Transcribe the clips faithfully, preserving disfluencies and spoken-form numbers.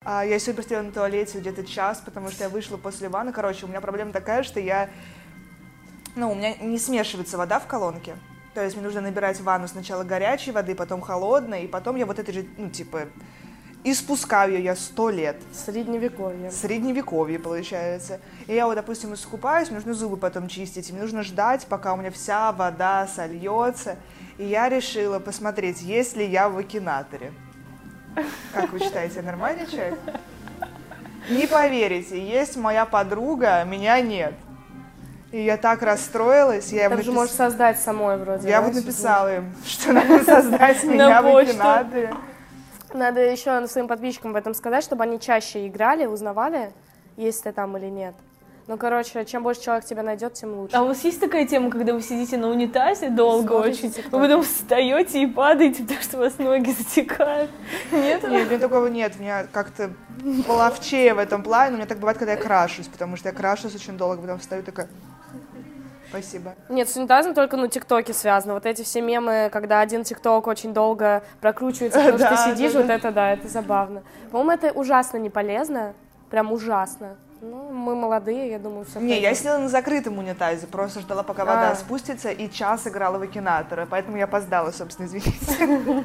Я сегодня просидела на туалете где-то час, потому что я вышла после ванны. Короче, у меня проблема такая, что я... Ну, у меня не смешивается вода в колонке. То есть мне нужно набирать в ванну сначала горячей воды, потом холодной, и потом я вот это же, ну, типа, испускаю ее я сто лет. Средневековье. Средневековье, получается. И я вот, допустим, искупаюсь, мне нужно зубы потом чистить, и мне нужно ждать, пока у меня вся вода сольется. И я решила посмотреть, есть ли я в Акинаторе. Как вы считаете, я нормальный человек? Не поверите, есть моя подруга, меня нет. И я так расстроилась. Я Там напис... же можешь создать самой вроде. Я вот написала им, что надо создать меня в Акинаторе. Надо еще своим подписчикам об этом сказать, чтобы они чаще играли, узнавали, есть ты там или нет. Ну, короче, чем больше человек тебя найдет, тем лучше. А у вас есть такая тема, когда вы сидите на унитазе долго Смотрите очень, TikTok. вы потом встаете и падаете, потому что у вас ноги затекают? Нет? Нет, у меня такого нет. У меня как-то половчее в этом плане. У меня так бывает, когда я крашусь, потому что я крашусь очень долго, потом встаю такая... Спасибо. Нет, с унитазом только, ну, тиктоки связано. Вот эти все мемы, когда один тикток очень долго прокручивается, потому что ты сидишь, вот это, да, это забавно. По-моему, это ужасно не полезно, прям ужасно. Ну, мы молодые, я думаю, все. Не, я сидела на закрытом унитазе, просто ждала, пока вода А. спустится, и час играла в Акинатора, поэтому я опоздала, собственно, извините.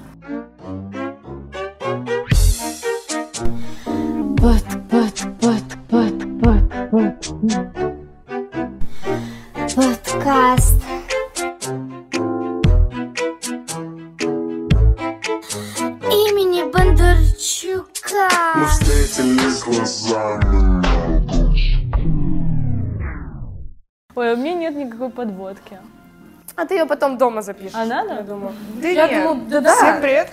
Подкаст. Имени Бондарчука. Мы встретились глазами. Ой, у меня нет никакой подводки. А ты ее потом дома запишешь. А надо? Я думаю. Да Я нет. думаю, да, да. Всем привет.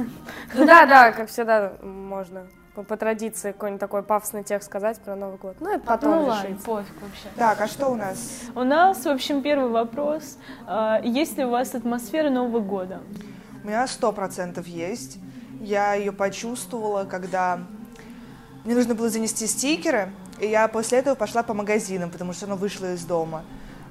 Да, да, как всегда можно по, по традиции какой-нибудь такой пафосный текст сказать про Новый год. Ну и потом Ну ладно, решить. пофиг вообще. Так, а что у нас? У нас, в общем, первый вопрос. А, Есть ли у вас атмосфера Нового года? У меня сто процентов есть. Я ее почувствовала, когда мне нужно было занести стикеры, и я после этого пошла по магазинам, потому что она вышла из дома.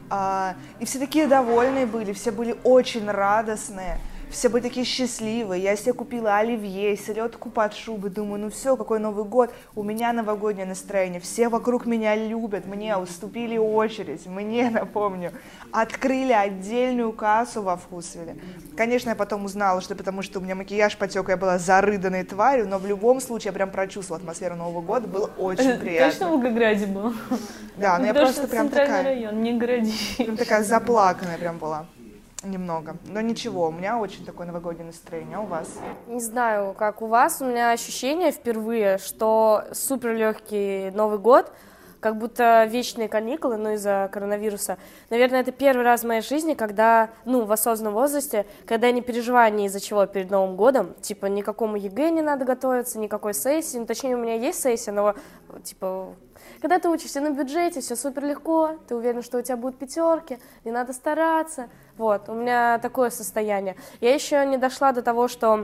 А, и все такие довольные были, все были очень радостные, все были такие счастливые. Я себе купила оливье, селедку под шубой, думаю, ну все, какой Новый год, у меня новогоднее настроение, все вокруг меня любят, мне уступили очередь, мне, напомню, открыли отдельную кассу во Вкусвилле. Конечно, я потом узнала, что потому что у меня макияж потек, я была зарыданной тварью, но в любом случае я прям прочувствовала атмосферу Нового года, было очень приятно. Точно в Волгограде был? Да, но я Потому просто что прям центральный такая, район, не городи. прям такая заплаканная прям была. Немного. Но ничего, у меня очень такое новогоднее настроение. А у вас? Не знаю, как у вас, у меня ощущение впервые, что супер легкий Новый год, как будто вечные каникулы, ну, из-за коронавируса. Наверное, это первый раз в моей жизни, когда, ну, в осознанном возрасте, когда я не переживаю ни из-за чего перед Новым годом, типа, никакому ЕГЭ не надо готовиться, никакой сессии, ну, точнее, у меня есть сессия, но, типа, когда ты учишься на бюджете, все супер легко, ты уверен, что у тебя будут пятерки, не надо стараться, вот, у меня такое состояние. Я еще не дошла до того, что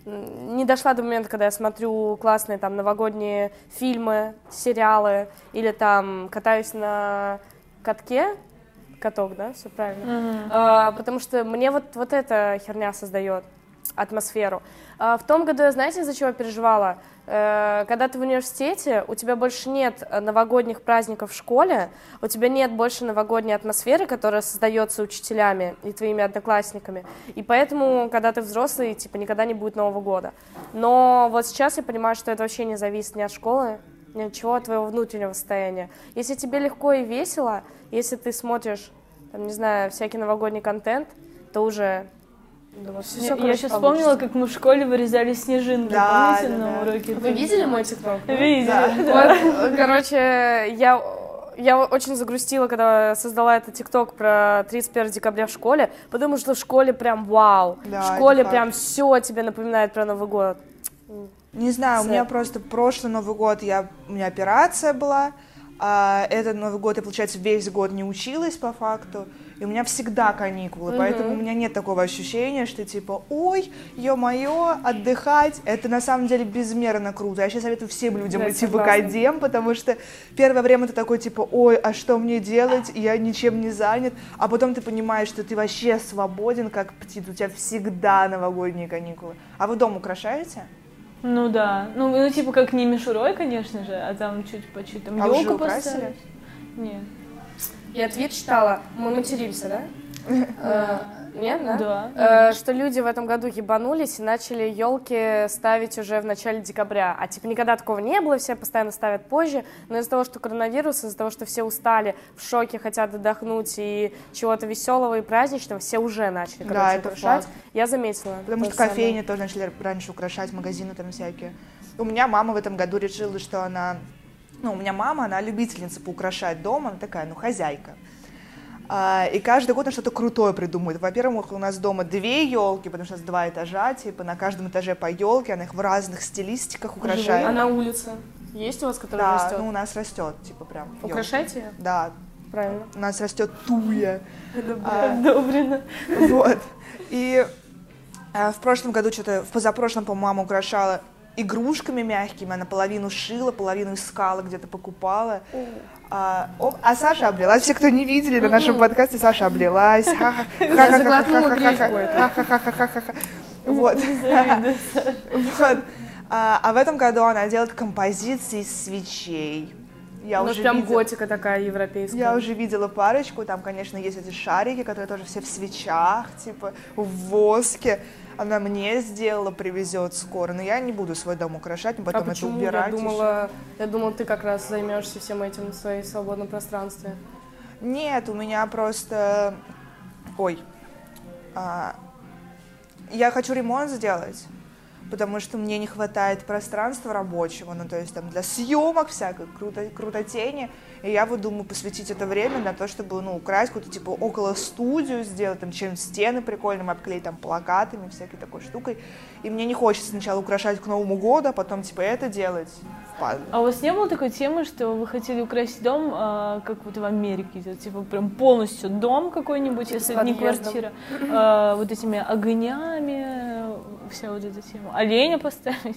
не дошла до момента, когда я смотрю классные там новогодние фильмы, сериалы, или там катаюсь на катке, каток, да, все правильно, Mm-hmm. а, потому что мне вот, вот эта херня создает атмосферу. А, в том году я, знаете, из-за чего переживала? Э, когда ты в университете, у тебя больше нет новогодних праздников в школе, у тебя нет больше новогодней атмосферы, которая создается учителями и твоими одноклассниками, и поэтому, когда ты взрослый, типа, никогда не будет Нового года. Но вот сейчас я понимаю, что это вообще не зависит ни от школы, ни от чего, от твоего внутреннего состояния. Если тебе легко и весело, если ты смотришь, там, не знаю, всякий новогодний контент, то уже... Думаю, всё, Я, короче, сейчас получится. вспомнила, как мы в школе вырезали снежинки, Да, помните, да, на да. уроке? Вы видели мой тикток? Видели. Вот, короче, я, я очень загрустила, когда создала этот тикток про тридцать первое декабря в школе, потому что в школе прям вау, Да, в школе это прям факт. все тебе напоминает про Новый год. Не знаю, у Сэп. меня просто прошлый Новый год, я, у меня операция была, а этот Новый год я, получается, весь год не училась по факту, и у меня всегда каникулы, Мгм. поэтому у меня нет такого ощущения, что типа, ой, ё-моё, отдыхать, это на самом деле безмерно круто. Я вообще советую всем людям Да, идти в согласна. академ, потому что первое время ты такой типа, ой, а что мне делать, я ничем не занят, а потом ты понимаешь, что ты вообще свободен, как птица, у тебя всегда новогодние каникулы. А вы дом украшаете? Ну да. Ну, ну типа как не мишурой, конечно же, а там чуть по чуть там А вы же ёлку украсили? поставить. Нет. Я твит читала, мы материмся, да? Э, Нет, да? Да. Э, Что люди в этом году ебанулись и начали елки ставить уже в начале декабря. А типа никогда такого не было, все постоянно ставят позже. Но из-за того, что коронавирус, из-за того, что все устали, в шоке, хотят отдохнуть и чего-то веселого и праздничного, все уже начали, короче, Да, это украшать. факт. Я заметила. Потому то что же кофейни тоже начали раньше украшать, магазины там всякие. У меня мама в этом году решила, что она... Ну, у меня мама, она любительница поукрашать дом, она такая, ну, хозяйка. А, и каждый год она что-то крутое придумывает. Во-первых, у нас дома две елки, потому что у нас два этажа, типа на каждом этаже по елке, она их в разных стилистиках украшает. А на улице есть у вас, который Да, растет? ну у нас растет, типа прям. ёлка. Украшайте ее? Да, Правильно. у нас растет туя. А, Одобрено. вот. И а, в прошлом году что-то, в позапрошлом, по-моему, мама украшала игрушками мягкими, она половину шила, половину искала, где-то покупала. А, о, а Саша облилась. Все, кто не видели на нашем подкасте, Саша облилась. заглотнула гречку Ха-ха-ха-ха-ха-ха-ха-ха-ха-ха. Вот. Вот. А а в этом году она делает композиции из свечей. Я Ну, уже прям видела- готика такая европейская. Я уже видела парочку, там, конечно, есть эти шарики, которые тоже все в свечах, типа, в воске. Она мне сделала, привезет скоро, но я не буду свой дом украшать, А потом это почему? убирать. Я ещё. думала, я думала, ты как раз займешься всем этим в своей свободном пространстве. Нет, у меня просто... Ой. А, Я хочу ремонт сделать, потому что мне не хватает пространства рабочего, ну, то есть там для съемок всякой, круто, крутотени. И я вот думаю посвятить это время на то, чтобы, ну, украсть какую-то, типа, около студию сделать, там, чем стены прикольным обклеить, там, плакатами, всякой такой штукой. И мне не хочется сначала украшать к Новому году, а потом, типа, это делать. Впадло. А у вас не было такой темы, что вы хотели украсить дом, а, как вот в Америке, делать, типа прям полностью дом какой-нибудь, если не подъездом. квартира, а, вот этими огнями, вся вот эта тема, оленя поставить?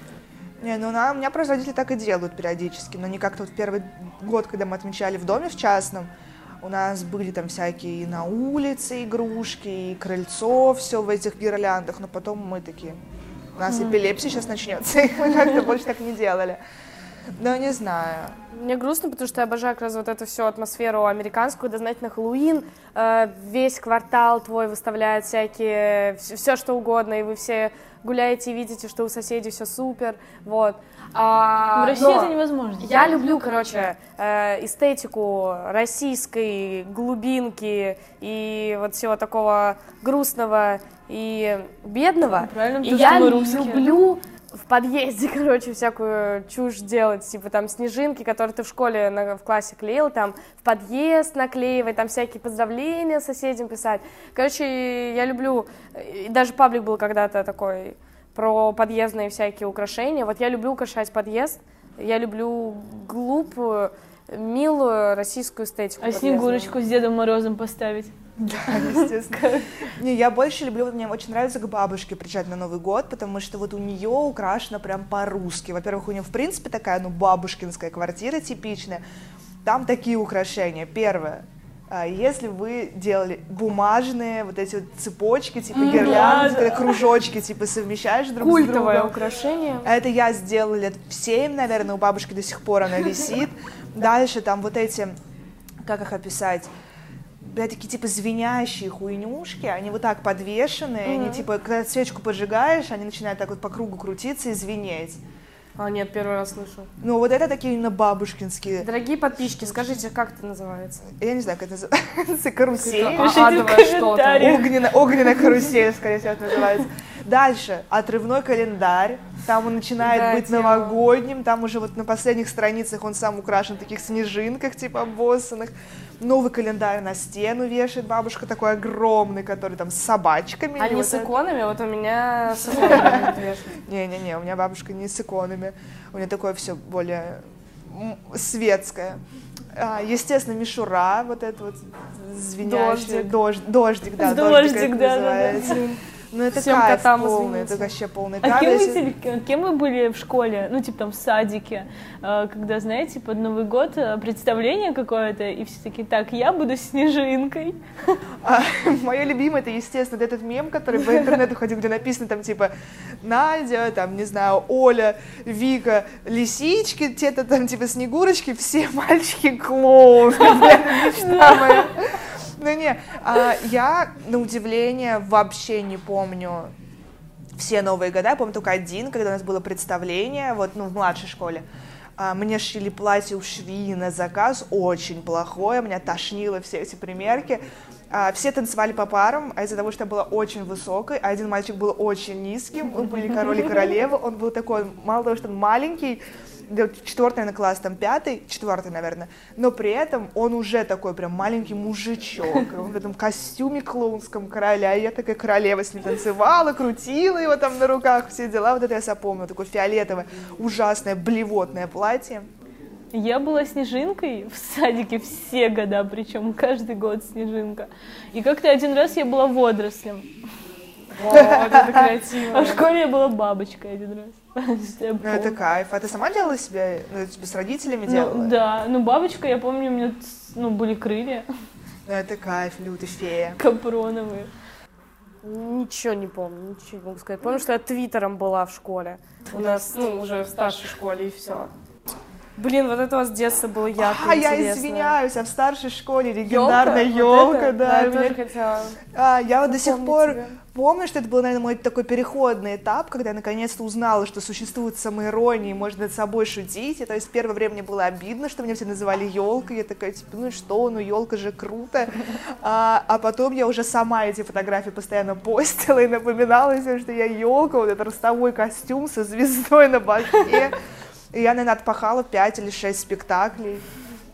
Не, ну на, у меня просто родители так и делают периодически, но не как-то вот в первый год, когда мы отмечали в доме в частном, у нас были там всякие и на улице игрушки, и крыльцо, все в этих гирляндах, но потом мы такие, у нас эпилепсия сейчас начнется, и мы как-то больше так не делали. Но не знаю. Мне грустно, потому что я обожаю как раз вот эту всю атмосферу американскую, когда, знаете, на Хэллоуин э, весь квартал твой выставляет всякие, все что угодно, и вы все гуляете и видите, что у соседей все супер, вот. А, В России но это невозможно. Я люблю, короче, э, эстетику российской глубинки и вот всего такого грустного и бедного. Правильно, И потому я что мы русские. люблю в подъезде, короче, всякую чушь делать, типа там снежинки, которые ты в школе на, в классе клеил, там в подъезд наклеивать, там всякие поздравления соседям писать. Короче, я люблю, и даже паблик был когда-то такой про подъездные всякие украшения. Вот я люблю украшать подъезд, я люблю глупую, милую российскую эстетику. А подъездную. Снегурочку с Дедом Морозом поставить? Да, естественно. Не, я больше люблю, вот мне очень нравится к бабушке приезжать на Новый год, потому что вот у нее украшено прям по-русски. Во-первых, у нее в принципе такая, ну, бабушкинская квартира типичная. Там такие украшения. Первое. а, Если вы делали бумажные вот эти вот цепочки, типа гирлянды, когда кружочки, типа совмещаешь друг с Культовое другом. украшение. Это я сделала лет в семь, наверное, у бабушки до сих пор она висит. Дальше там вот эти, как их описать, блядь, такие типа звенящие хуйнюшки, они вот так подвешены, и они типа, когда свечку поджигаешь, они начинают так вот по кругу крутиться и звенеть. А, нет, первый раз слышу. Ну вот это такие именно бабушкинские. Дорогие подписчики, скажите, как это называется? Я не знаю, как это называется, карусель. А, Пишите адовое в что-то. комментариях. Огненная, огненная карусель, скорее всего, это называется. Дальше, отрывной календарь, там он начинает Да, быть тема. новогодним, там уже вот на последних страницах он сам украшен в таких снежинках, типа обоссанных. Новый календарь на стену вешает бабушка, такой огромный, который там с собачками. А или не вот с это. иконами? Вот у меня с иконами вешают. Не-не-не, у меня бабушка не с иконами, у нее такое все более м, светское. А, естественно, мишура, вот это вот звенящая, Дождик. дождь, дождик, да, Дождик, дождик, это да, да, да. называется. Ну, это Всем кайф котам, полный, извините. это вообще полный А кайф. кем вы, Если- те- кем вы были в школе, ну, типа там в садике, э, когда, знаете, под Новый год э, представление какое-то, и все такие, так, я буду Снежинкой. А, мое любимое, это, естественно, вот этот мем, который по интернету ходил, где написано там типа Надя, там, не знаю, Оля, Вика, лисички, те-то там типа Снегурочки, все мальчики клоуны. Блин, мечта моя. Ну не, а, я, на удивление, вообще не помню все новые года, я помню только один, когда у нас было представление, вот, ну, в младшей школе. А, мне шили платье у швеи на заказ, очень плохое, меня тошнило все эти примерки. А, все танцевали по парам, а из-за того, что я была очень высокой, а один мальчик был очень низким, мы были король и королева, он был такой, мало того, что он маленький, четвертый, наверное, класс, там пятый, четвертый, наверное, но при этом он уже такой прям маленький мужичок, он в этом костюме клоунском короля, и я такая королева с ним танцевала, крутила его там на руках, все дела, вот это я запомнила, такое фиолетовое, ужасное, блевотное платье. Я была Снежинкой в садике все года, причем каждый год Снежинка. И как-то один раз я была водорослем. Вот, это креативно. А в школе я была бабочкой один раз. Я Ну, это помню. кайф. А ты сама делала себе, ну, тебе с родителями делала? Ну, да, ну бабочка, я помню, у меня ну, были крылья Ну, это кайф, Лю, ты фея. капроновые. Ничего не помню, ничего не могу сказать. Помню, что я твиттером была в школе. У нас, ну, уже в старшей школе, и все. Блин, вот это у вас с детства было ярко А, я интересно. извиняюсь, а в старшей школе легендарная Ёлка? Вот елка, это? да. Да, я меня- тоже хотела. А, я вот до сих Запомнить пор тебя. помню, что это был, наверное, мой такой переходный этап, когда я наконец-то узнала, что существует самоирония, и можно над собой шутить. И, то есть первое время мне было обидно, что меня все называли елкой. Я такая, типа, ну и что, ну елка же круто. А, а потом я уже сама эти фотографии постоянно постила и напоминала себе, что я елка, вот этот ростовой костюм со звездой на башке. И я, наверное, отпахала пять или шесть спектаклей.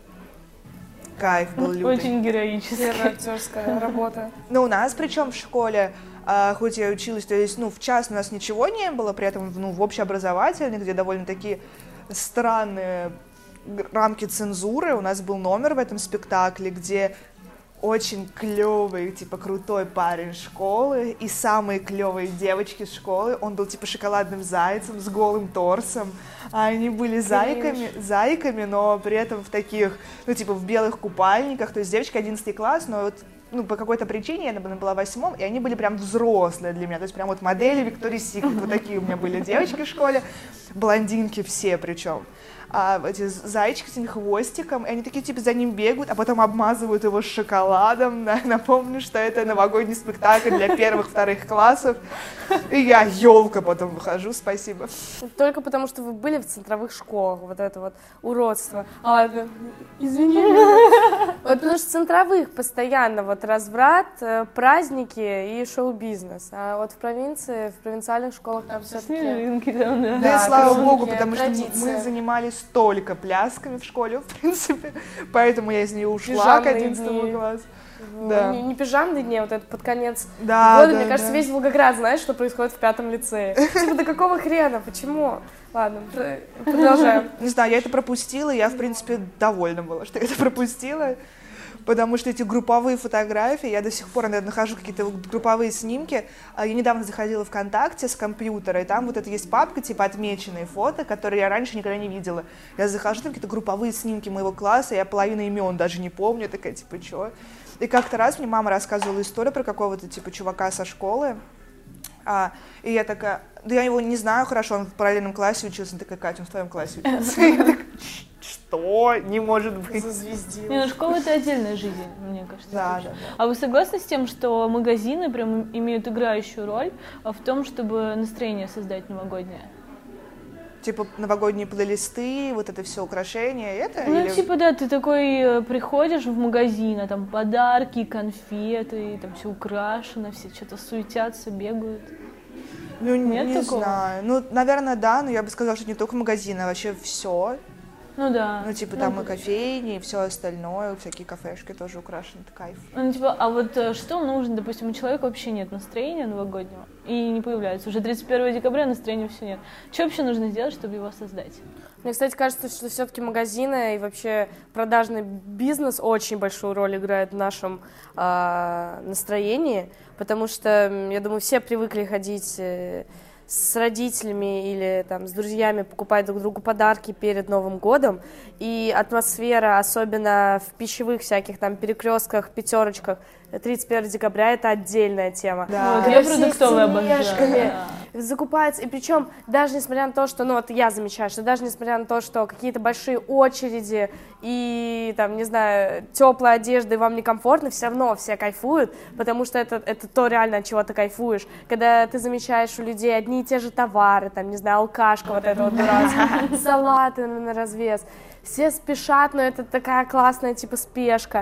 Кайф был лютый. Очень героически. Первая актерская работа. Ну, у нас, причем в школе, а, хоть я училась, то есть, ну, в частной у нас ничего не было, при этом, ну, в общеобразовательной, где довольно такие странные г- рамки цензуры, у нас был номер в этом спектакле, где очень клевый, типа, крутой парень школы и самые клевые девочки с школы, он был, типа, шоколадным зайцем с голым торсом, а они были зайками, зайками, но при этом в таких, ну, типа, в белых купальниках, то есть девочка одиннадцатый класс, но вот, ну, по какой-то причине я, наверное, была в восьмом, и они были прям взрослые для меня, то есть прям вот модели Виктории Сикрет, вот такие у меня были девочки в школе, блондинки все причем. А эти зайчики с этим хвостиком, и они такие типа за ним бегают, а потом обмазывают его шоколадом. Да, напомню, что это новогодний спектакль для первых-вторых классов. И я елка потом выхожу, спасибо. Только потому, что вы были в центровых школах, вот это вот уродство. Ладно, извини. Вот потому что центровых постоянно вот разврат, э, праздники и шоу-бизнес. А вот в провинции, в провинциальных школах там все-таки... Снежинки там, да. Да, и Да, слава это богу, такие потому что традиции. мы занимались только плясками в школе, в принципе. Поэтому я из нее ушла к Пижамные одиннадцатому дни. классу. Да. Не, не пижамные дни, а вот это под конец Да, года. да, Мне кажется, да. весь Волгоград знает, что происходит в пятом лицее. Типа, да какого хрена? Почему? Ладно, пр- продолжаем. Не знаю, я это пропустила, и я, в принципе, довольна была, что я это пропустила, потому что эти групповые фотографии, я до сих пор, наверное, нахожу какие-то вот групповые снимки. А Я недавно заходила в ВКонтакте с компьютера, и там вот это есть папка, типа отмеченные фото, которые я раньше никогда не видела. Я захожу, там какие-то групповые снимки моего класса, я половину имен даже не помню, я такая, типа, чё? И как-то раз мне мама рассказывала историю про какого-то, типа, чувака со школы, А, и я такая, да я его не знаю хорошо, он в параллельном классе учился. Она такая, Катя, он в твоем классе учился. Я такая, что? Не может быть. Зазвездила. Не, ну школа — это отдельная жизнь, мне кажется. Да, вообще. да, да. А вы согласны с тем, что магазины прям имеют играющую роль а, в том, чтобы настроение создать новогоднее? Типа новогодние плейлисты, вот это все украшения, это? Ну, или- типа, да, ты такой э, приходишь в магазин, а там подарки, конфеты, там все украшено, все что-то суетятся, бегают. Ну, Нет не такого? знаю. Ну, наверное, да, но я бы сказала, что не только магазины, а вообще все. Ну да. Ну, типа, там и кофейни, и все остальное, всякие кафешки тоже украшены, это кайф. Ну, типа, а вот э, что нужно, допустим, у человека вообще нет настроения новогоднего и не появляется. Уже тридцать первого декабря настроения все нет. Что вообще нужно сделать, чтобы его создать? Мне, кстати, кажется, что все-таки магазины и вообще продажный бизнес очень большую роль играет в нашем э, настроении, потому что, я думаю, все привыкли ходить э, с родителями или там, с друзьями, покупать друг другу подарки перед Новым годом, и атмосфера, особенно в пищевых всяких там перекрестках, пятерочках, тридцать первого декабря — это отдельная тема. Да. Вот, я продуктовые обожаю. Да. Закупаются, и причем даже несмотря на то, что, ну вот я замечаю, что даже несмотря на то, что какие-то большие очереди и там, не знаю, теплой одежды вам некомфортно, все равно все кайфуют, потому что это, это то реально, от чего ты кайфуешь. Когда ты замечаешь у людей одни и те же товары, там, не знаю, алкашка вот это вот дурацкая, салаты на развес, все спешат, но это такая классная типа спешка.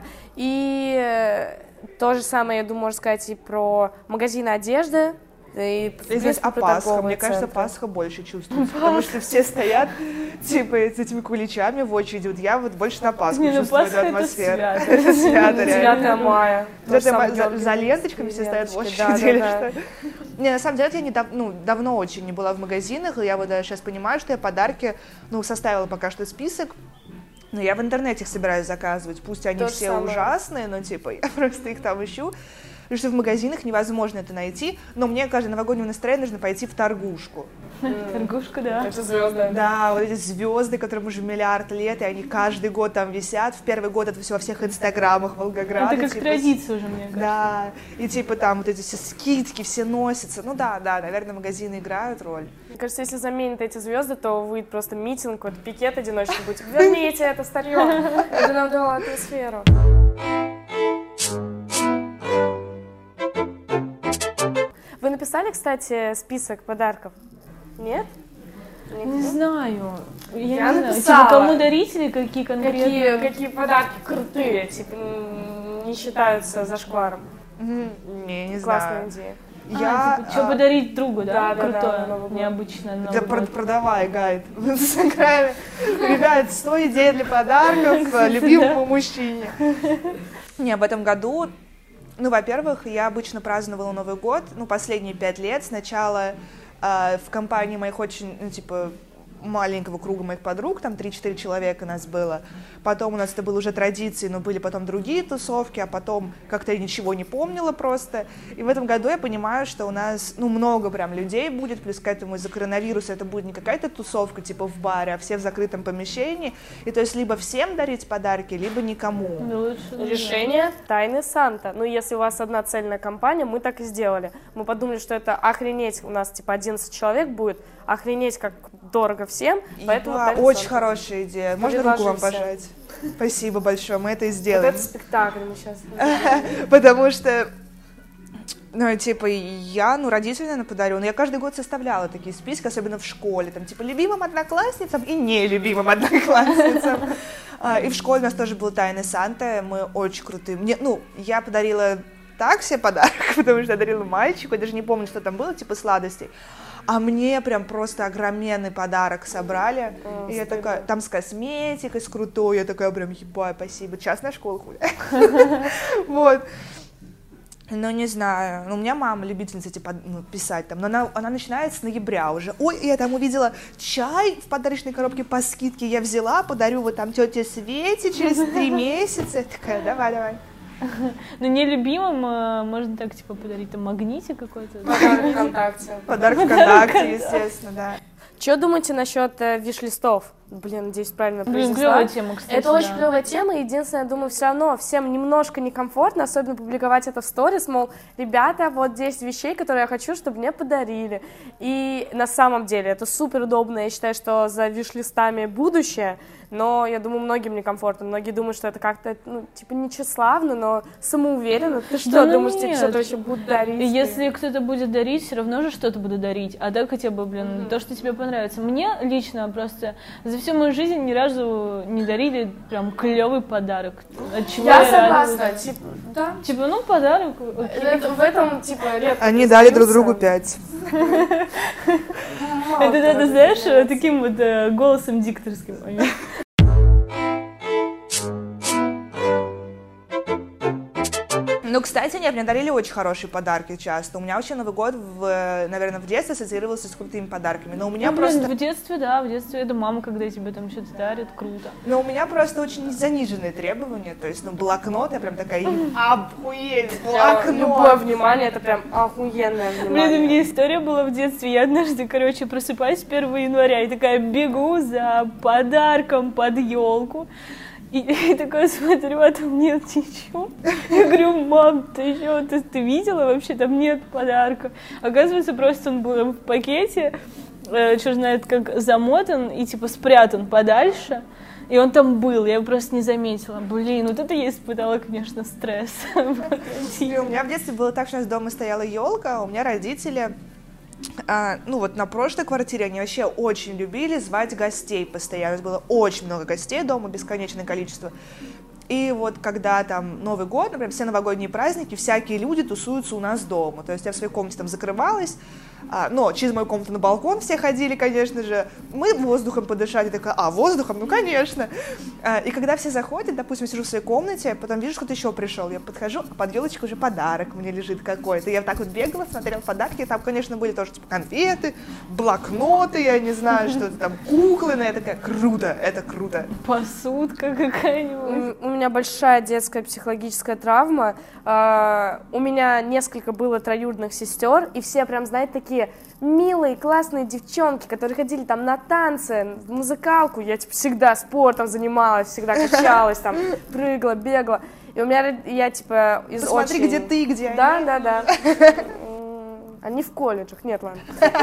И то же самое, я думаю, можно сказать и про магазины одежды. И, и здесь а Пасха, мне кажется, Пасха больше чувствуется, потому что все стоят типа с этими куличами в очереди. Вот я вот больше на Пасху не, чувствую Пасха эту атмосферу. Это свято, реально. девятое мая. За, за ленточками все стоят в очереди или что? Не, на самом деле я недав, ну, давно очень не была в магазинах, и я вот даже сейчас понимаю, что я подарки, ну, составила пока что список. Но я в интернете их собираюсь заказывать, пусть они То все самое. ужасные, но типа я просто их там ищу. Потому что в магазинах невозможно это найти, но мне каждое новогоднее настроение нужно пойти в торгушку. Торгушка, да. Это звезды. Да, вот эти звезды, которым уже миллиард лет, и они каждый год там висят. В первый год это все во всех инстаграмах Волгограда. Это как типа, традиция уже, мне кажется. Да, и типа там вот эти все скидки, все носятся. Ну да, да, наверное, магазины играют роль. Мне кажется, если заменят эти звезды, то выйдет просто митинг, какой-то пикет одиночный будет. Верните это старье, это нам дало атмосферу. Вы написали, кстати, список подарков? Нет? Не знаю. Я, Я не знаю. написала. Типа, кому дарить или какие конкретные? Какие, какие подарки крутые, типа, не считаются зашкваром? Не, не Классная знаю. идея. Я... А, типа, что подарить другу, да? Да, да, Крутое, да, на Новый год. необычное. на Да, Новый про- год. продавай гайд в Инстаграме. Ребят, сто идей для подарков любимому мужчине. Не, в этом году, ну, во-первых, я обычно праздновала Новый год, ну, последние пять лет. Сначала э, в компании моих очень, ну, типа, маленького круга моих подруг, там три-четыре человека нас было. Потом у нас это было уже традицией, но были потом другие тусовки, а потом как-то я ничего не помнила просто. И в этом году я понимаю, что у нас, ну, много прям людей будет, плюс к этому из-за коронавируса это будет не какая-то тусовка типа в баре, а все в закрытом помещении. И то есть либо всем дарить подарки, либо никому. Да лучше, да. Решение тайны Санта. Ну, если у вас одна цельная компания, мы так и сделали. Мы подумали, что это охренеть, у нас типа одиннадцать человек будет, охренеть, как дорого всем, поэтому Да, тайна очень Санта. хорошая идея. Можно руку вам Предложимся. пожать? Спасибо большое, мы это и Вот сделаем. это спектакль мы сейчас. Потому что, ну, типа, я, ну, родителям, наверное, подарю. Но я каждый год составляла такие списки, особенно в школе. Там, типа, любимым одноклассницам и нелюбимым одноклассницам. А, И в школе у нас тоже был тайный Санта. Мы очень крутые. Мне, ну, я подарила так себе подарок, потому что я дарила мальчику. Я даже не помню, что там было, типа, сладостей. А мне прям просто огроменный подарок собрали. О, И я стыдно. такая, там с косметикой, с крутой. Я такая прям, ебать, спасибо. Частная школа, хуля. Вот. Ну, не знаю. Ну, у меня мама любительница, типа, ну, писать там. Но она, она начинает с ноября уже. Ой, я там увидела чай в подарочной коробке по скидке. Я взяла, подарю вот там тете Свете через три месяца. Я такая, давай, давай. Ну, нелюбимым э, можно так, типа, подарить там магнитик какой-то. Подарок ВКонтакте. Подарок ВКонтакте, естественно, да. Что думаете насчет э, виш-листов? Блин, надеюсь, правильно Блин, произнесла. клевая тема, кстати. Это очень да. клевая тема. Единственное, я думаю, все равно всем немножко некомфортно, особенно публиковать это в сторис, мол, ребята, вот десять вещей, которые я хочу, чтобы мне подарили. И на самом деле это супер удобно. Я считаю, что за виш-листами будущее, но я думаю, многим некомфортно. Многие думают, что это как-то, ну, типа, не тщеславно, но самоуверенно. Ты что, Да ну думаешь, тебе нет. что-то вообще будут дарить? Если кто-то будет дарить, все равно же что-то буду дарить. А так хотя бы, блин, mm-hmm. то, что тебе понравится. Мне лично просто за всю мою жизнь ни разу не дарили прям клевый подарок. От чего Я я согласна. радуюсь. Типа, да. Типа, ну, подарок, окей. Это- в этом, типа, редко Они дали друг признаются. другу пять. Мало Это кто надо, это знаешь, делает. таким вот э, голосом дикторским. Ну, кстати, нет, мне дарили очень хорошие подарки часто. У меня вообще Новый год, в, наверное, в детстве ассоциировался с крутыми подарками. Но у меня ну, просто... блин, в детстве, да, в детстве это мама, когда тебе там что-то дарит, круто. Но у меня просто очень заниженные требования. То есть, ну, блокнот, я прям такая, охуеть, блокнот. Любое внимание, это прям охуенное Блин, у внимание. меня история была в детстве. Я однажды, короче, просыпаюсь первого января и такая бегу за подарком под елку. И, и такая смотрю, а там нет ничего. Я говорю, мам, ты что, ты, ты видела? Вообще там нет подарка. Оказывается, просто он был в пакете, э, черт знает как, замотан и типа спрятан подальше. И он там был, я его просто не заметила. Блин, вот это я испытала, конечно, стресс. У меня в детстве было так, что у нас дома стояла елка, у меня родители... А, ну вот на прошлой квартире они вообще очень любили звать гостей постоянно. У нас было очень много гостей дома, бесконечное количество. И вот когда там Новый год, например, все новогодние праздники, всякие люди тусуются у нас дома. То есть я в своей комнате там закрывалась, а, но через мою комнату на балкон все ходили, конечно же. Мы воздухом подышали, такая, а, воздухом? Ну, конечно. А, и когда все заходят, допустим, я сижу в своей комнате, потом вижу, кто-то еще пришел. Я подхожу, а под елочкой уже подарок мне лежит какой-то. Я так вот бегала, смотрела подарки, и там, конечно, были тоже типа конфеты, блокноты, я не знаю, что-то там, куклы, но я такая, круто, это круто. Посудка какая-нибудь. У меня большая детская психологическая травма. Uh, у меня несколько было троюродных сестер, и все прям, знаете, такие милые, классные девчонки, которые ходили там на танцы, в музыкалку. Я типа всегда спортом занималась, всегда качалась, там, прыгала, бегала. И у меня, я типа из Посмотри, очень... где ты, где они. Да, да, да. Они в колледжах, нет, ладно.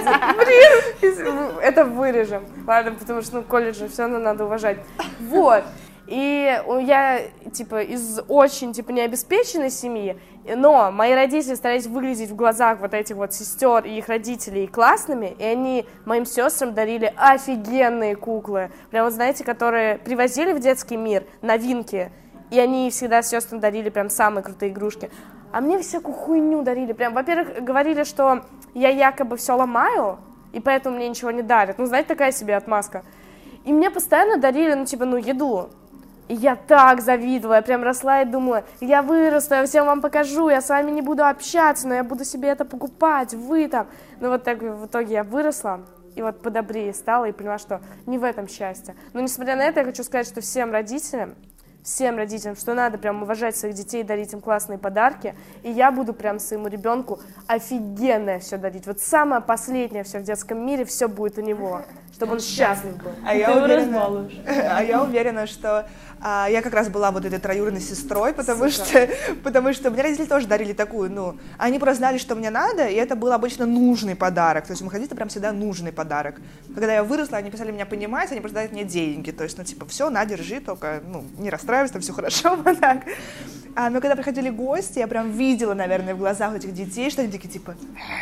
Это вырежем, ладно, потому что, ну, колледжи все равно надо уважать. Вот. И я, типа, из очень, типа, необеспеченной семьи, но мои родители старались выглядеть в глазах вот этих вот сестер и их родителей классными, и они моим сестрам дарили офигенные куклы, прям, вот, знаете, которые привозили в детский мир новинки, и они всегда сестрам дарили прям самые крутые игрушки. А мне всякую хуйню дарили, прям, во-первых, говорили, что я якобы все ломаю, и поэтому мне ничего не дарят, ну, знаете, такая себе отмазка. И мне постоянно дарили, ну, типа, ну, еду. И я так завидовала, я прям росла и думала, я вырасту, я всем вам покажу, я с вами не буду общаться, но я буду себе это покупать, вы там. Ну вот так в итоге я выросла, и вот подобрее стала, и поняла, что не в этом счастье. Но несмотря на это, я хочу сказать, что всем родителям, всем родителям, что надо прям уважать своих детей, дарить им классные подарки, и я буду прям своему ребенку офигенное все дарить. Вот самое последнее все в детском мире, все будет у него, чтобы он счастлив был. А я уверена, а я уверена, что а, я как раз была вот этой троюродной сестрой, потому что, потому что мне родители тоже дарили такую, ну, они просто знали, что мне надо, и это был обычно нужный подарок, то есть у моих родителей прям всегда нужный подарок. Когда я выросла, они писали меня понимать, они просто дают мне деньги, то есть, ну, типа, все, на, держи, только, ну, не расстраивайся, там все хорошо, вот так. А, но когда приходили гости, я прям видела, наверное, в глазах этих детей, что они такие, типа...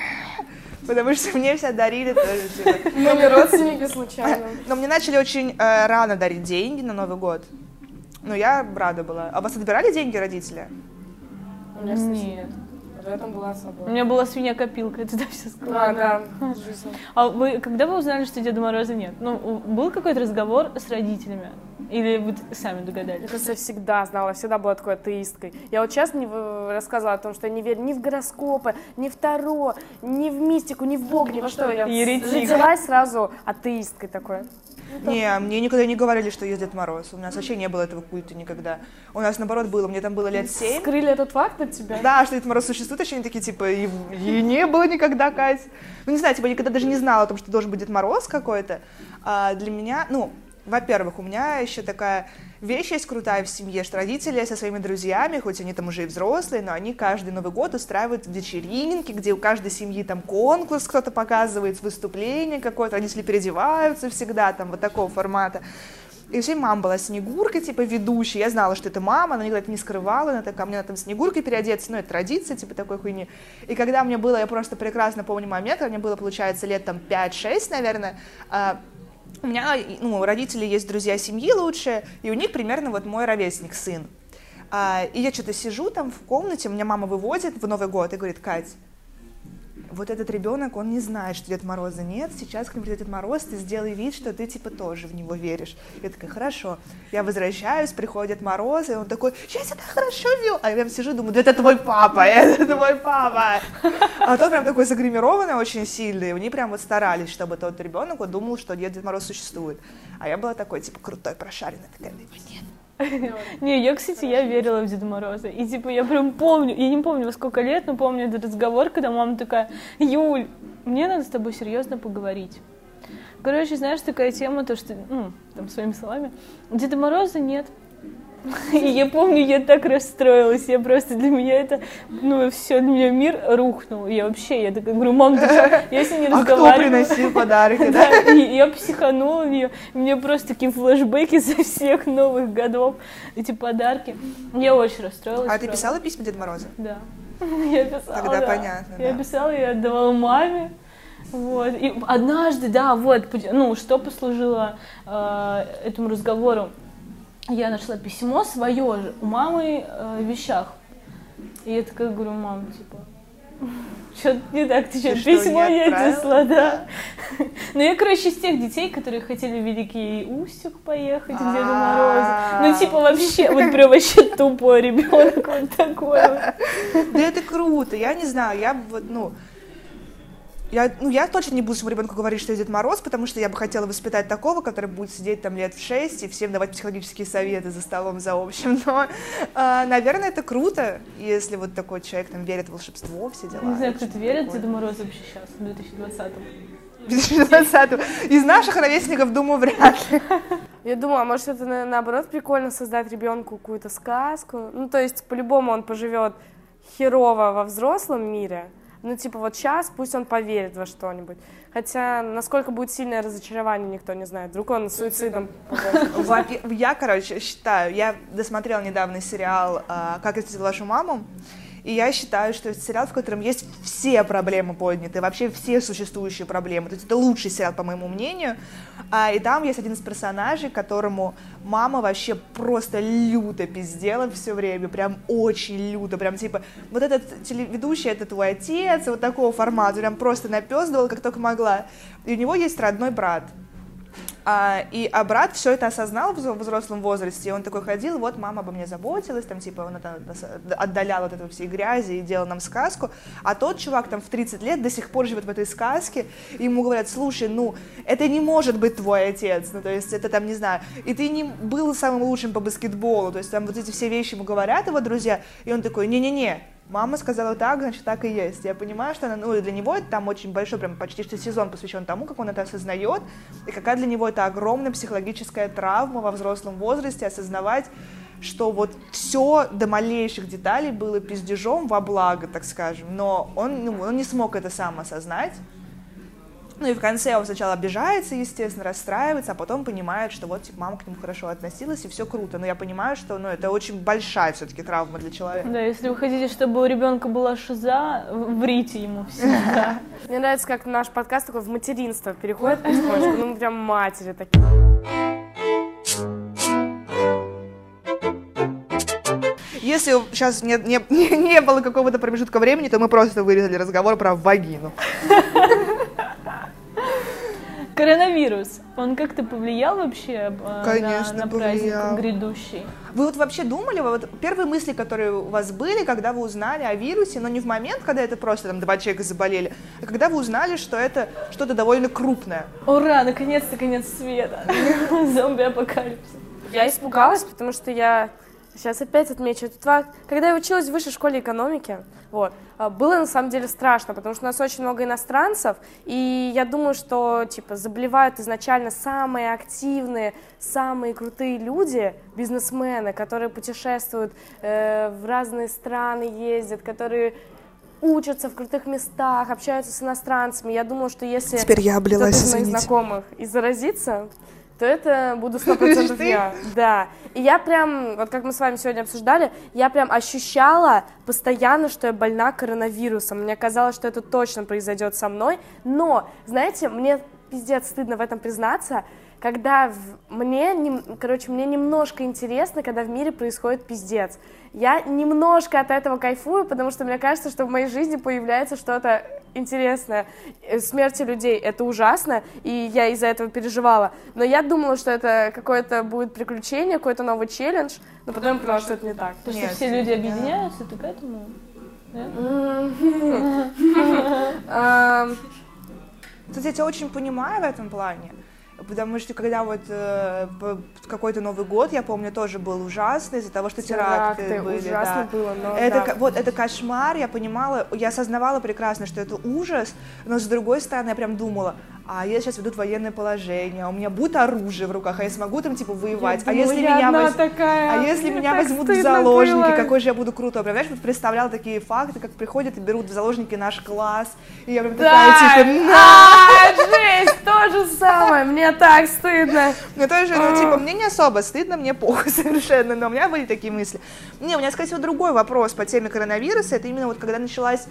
Потому что мне все дарили тоже, типа... Мы не родственники случайно. Но мне начали очень э, рано дарить деньги на Новый год. Ну, я рада была. А вас отбирали деньги родители? У меня, кстати, Нет. В этом была собой. У меня была свинья-копилка, я туда все складывала. А, да, жизнь. А вы, когда вы узнали, что Деда Мороза нет? Ну, был какой-то разговор с родителями? Или вы сами догадались? Мне кажется, я всегда знала, всегда была такой атеисткой. Я вот сейчас не в- рассказывала о том, что я не верю ни в гороскопы, ни в Таро, ни в мистику, ни в Бога, ни во что. Я Еретик. родилась сразу атеисткой такой. Не, мне никогда не говорили, что есть Дед Мороз. У нас вообще не было этого культа никогда. У нас, наоборот, было. Мне там было лет семь. Скрыли этот факт от тебя? Да, что Дед Мороз существует, вообще они такие, типа, и, и не было никогда, Кать. Ну, не знаю, типа, я никогда даже не знала о том, что должен быть Дед Мороз какой-то. А для меня, ну, во-первых, у меня еще такая вещь есть крутая в семье, что родители со своими друзьями, хоть они там уже и взрослые, но они каждый Новый год устраивают вечеринки, где у каждой семьи там конкурс, кто-то показывает выступление какое-то, они если переодеваются всегда, там, вот такого формата. И все, мама была Снегуркой, типа, ведущей, я знала, что это мама, она никогда это не скрывала, она такая, мне надо там Снегуркой переодеться, ну, это традиция, типа, такой хуйни. И когда мне было, я просто прекрасно помню момент, когда мне было, получается, лет там пять-шесть, наверное, у меня, ну, у родителей есть друзья семьи лучшие, и у них примерно вот мой ровесник, сын. А, и я что-то сижу там в комнате, меня мама выводит в Новый год и говорит, Кать, вот этот ребенок, он не знает, что Дед Мороза нет, сейчас к нему придет Дед Мороз, ты сделай вид, что ты типа тоже в него веришь. Я такая, хорошо. Я возвращаюсь, приходит Дед Мороз, и он такой, я тебя хорошо вел. А я прям сижу, думаю, да это твой папа, это твой папа. А тот прям такой загримированный очень сильный, и они прям вот старались, чтобы тот ребенок вот думал, что Дед Мороз существует. А я была такой, типа, крутой, прошаренный, такая, нет. Не, я, кстати, я верила в Деда Мороза. И, типа, я прям помню, я не помню, во сколько лет, но помню этот разговор, когда мама такая, Юль, мне надо с тобой серьезно поговорить. Короче, знаешь, такая тема, то, что, ну, там, своими словами, Деда Мороза нет. И я помню, я так расстроилась, я просто, для меня это, ну, все, для меня мир рухнул. Я вообще, я такая говорю, мам, ты что? Я с ней не разговаривала. А кто приносил подарки, да? И я психанула в нее, мне просто такие флешбеки со всех новых годов, эти подарки. Я очень расстроилась. А ты писала письма Деду Морозу? Да, я писала, Тогда да. понятно, Я да. писала и отдавала маме. Вот. И однажды, да, вот, ну, что послужило э, этому разговору. Я нашла письмо свое же у мамы э, в вещах. И я такая говорю, мам, типа, что-то не так, ты что, письмо не отнесла, да. Ну, я, короче, из тех детей, которые хотели в Великий Устюг поехать к Деду Морозу. Ну, типа, вообще, вот прям вообще тупой ребенок, вот такой вот. Да это круто, я не знаю, я вот, ну... Я, ну, я точно не буду своему ребенку говорить, что я Дед Мороз, потому что я бы хотела воспитать такого, который будет сидеть там лет в шесть и всем давать психологические советы за столом, за общим. Но, э, наверное, это круто, если вот такой человек там верит в волшебство, все дела. Не знаю, кто-то верит в Деда Мороза вообще сейчас, в две тысячи двадцатом. в две тысячи двадцатом. Из наших ровесников, думаю, вряд ли. Я думаю, а может это наоборот прикольно создать ребенку какую-то сказку? Ну, то есть, по-любому он поживет херово во взрослом мире. Ну, типа, вот сейчас пусть он поверит во что-нибудь. Хотя, насколько будет сильное разочарование, никто не знает. Вдруг он суицидом... Я, короче, считаю, я досмотрела недавно сериал «Как я встретил вашу маму», и я считаю, что это сериал, в котором есть все проблемы подняты, вообще все существующие проблемы. То есть это лучший сериал, по моему мнению. А, и там есть один из персонажей, которому мама вообще просто люто пиздела все время, прям очень люто, прям типа, вот этот телеведущий, это твой отец, вот такого формата, прям просто напёздывала, как только могла. И у него есть родной брат. А, и а брат все это осознал в взрослом возрасте, и он такой ходил, вот мама обо мне заботилась, там типа он это, отдалял от этого всей грязи и делал нам сказку, а тот чувак там в тридцать лет до сих пор живет в этой сказке, и ему говорят, слушай, ну это не может быть твой отец, ну то есть это там, не знаю, и ты не был самым лучшим по баскетболу, то есть там вот эти все вещи ему говорят его друзья, и он такой, не-не-не, мама сказала так, значит, так и есть. Я понимаю, что она, ну, для него это там очень большой, прям почти что сезон посвящен тому, как он это осознает, и какая для него это огромная психологическая травма во взрослом возрасте, осознавать, что вот все до малейших деталей было пиздежом во благо, так скажем, но он, ну, он не смог это сам осознать. Ну и в конце он сначала обижается, естественно, расстраивается, а потом понимает, что вот типа, мама к нему хорошо относилась, и все круто. Но я понимаю, что ну, это очень большая все-таки травма для человека. Да, если вы хотите, чтобы у ребенка была шиза, врите ему всегда. Мне нравится, как наш подкаст такой в материнство переходит потихонечку, ну мы прям матери такие. Если сейчас не, не, не было какого-то промежутка времени, то мы просто вырезали разговор про вагину. Коронавирус, он как-то повлиял вообще Конечно, на, на повлиял. праздник грядущий? Вы вот вообще думали, вот первые мысли, которые у вас были, когда вы узнали о вирусе, но не в момент, когда это просто там два человека заболели, а когда вы узнали, что это что-то довольно крупное? Ура, наконец-то конец света, зомби-апокалипсис. Я испугалась, потому что я... Сейчас опять отмечу этот факт. Когда я училась в высшей школе экономики, вот, было на самом деле страшно, потому что у нас очень много иностранцев, и я думаю, что типа заболевают изначально самые активные, самые крутые люди, бизнесмены, которые путешествуют э, в разные страны, ездят, которые учатся в крутых местах, общаются с иностранцами. Я думала, что если Теперь я облилась, кто-то из моих извините. знакомых и заразится, то это буду сто процентов я. Да. И я прям, вот как мы с вами сегодня обсуждали, я прям ощущала постоянно, что я больна коронавирусом. Мне казалось, что это точно произойдет со мной. Но, знаете, мне пиздец стыдно в этом признаться. когда в... мне, нем... короче, мне немножко интересно, когда в мире происходит пиздец. Я немножко от этого кайфую, потому что мне кажется, что в моей жизни появляется что-то интересное. Смерти людей — это ужасно, и я из-за этого переживала. Но я думала, что это какое-то будет приключение, какой-то новый челлендж, но потом я поняла, что это не так. То, что Нет, все люди объединяются, ты к этому? Кстати, я тебя очень понимаю в этом плане, потому что когда вот э, какой-то Новый год, я помню, тоже был ужасный из-за того, что теракты, теракты были. Ужасно да. было, но это, да. Вот это кошмар, я понимала, я осознавала прекрасно, что это ужас, но с другой стороны я прям думала, а если сейчас ведут военное положение, у меня будет оружие в руках, а я смогу там типа воевать, я а думала, если я меня, воз... такая, а если меня возьмут в заложники, было. Какой же я буду крутой. Прям, знаешь, вот представляла такие факты, как приходят и берут в заложники наш класс, и я прям да. такая типа, на! А, жесть, то же самое, мне так стыдно. Ну тоже, ну типа, мне не особо стыдно, мне похуй совершенно, но у меня были такие мысли. Не, у меня, скорее всего, другой вопрос по теме коронавируса, это именно вот когда началась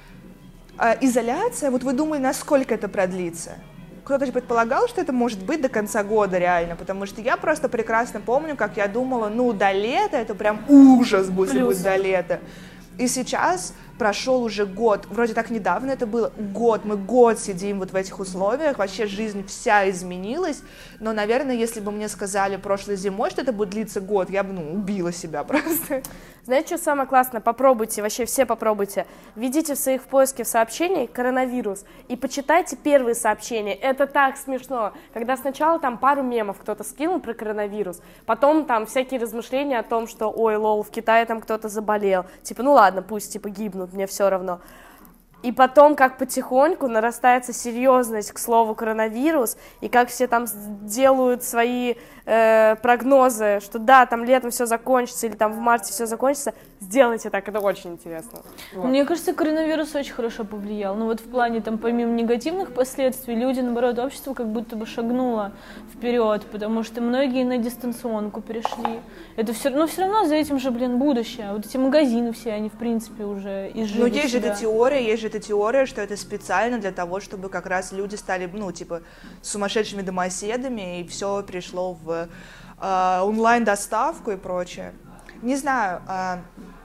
э, изоляция, вот вы думали, насколько это продлится? Кто-то же предполагал, что это может быть до конца года реально, потому что я просто прекрасно помню, как я думала, ну, до лета это прям ужас будет, если будет до лета. И сейчас прошел уже год, вроде так недавно это было, год, мы год сидим вот в этих условиях, вообще жизнь вся изменилась, но, наверное, если бы мне сказали прошлой зимой, что это будет длиться год, я бы, ну, убила себя просто. Знаете, что самое классное? Попробуйте, вообще все попробуйте. Введите в своих поиске в сообщений коронавирус и почитайте первые сообщения. Это так смешно. Когда сначала там пару мемов кто-то скинул про коронавирус, потом там всякие размышления о том, что ой, лол, в Китае там кто-то заболел. Типа, ну ладно, пусть типа гибнут, мне все равно. И потом, как потихоньку нарастается серьезность к слову коронавирус, и как все там делают свои э, прогнозы, что да, там летом все закончится, или там в марте все закончится, сделайте так, это очень интересно. Вот. Мне кажется, коронавирус очень хорошо повлиял. Ну вот в плане, там, помимо негативных последствий, люди, наоборот, общество как будто бы шагнуло вперед, потому что многие на дистанционку перешли. Это все, но все равно за этим же, блин, будущее. Вот эти магазины все, они, в принципе, уже изжили Ну, есть себя. же эта теория, есть же эта теория, что это специально для того, чтобы как раз люди стали, ну, типа, сумасшедшими домоседами, и все пришло в э, онлайн-доставку и прочее. Не знаю, э,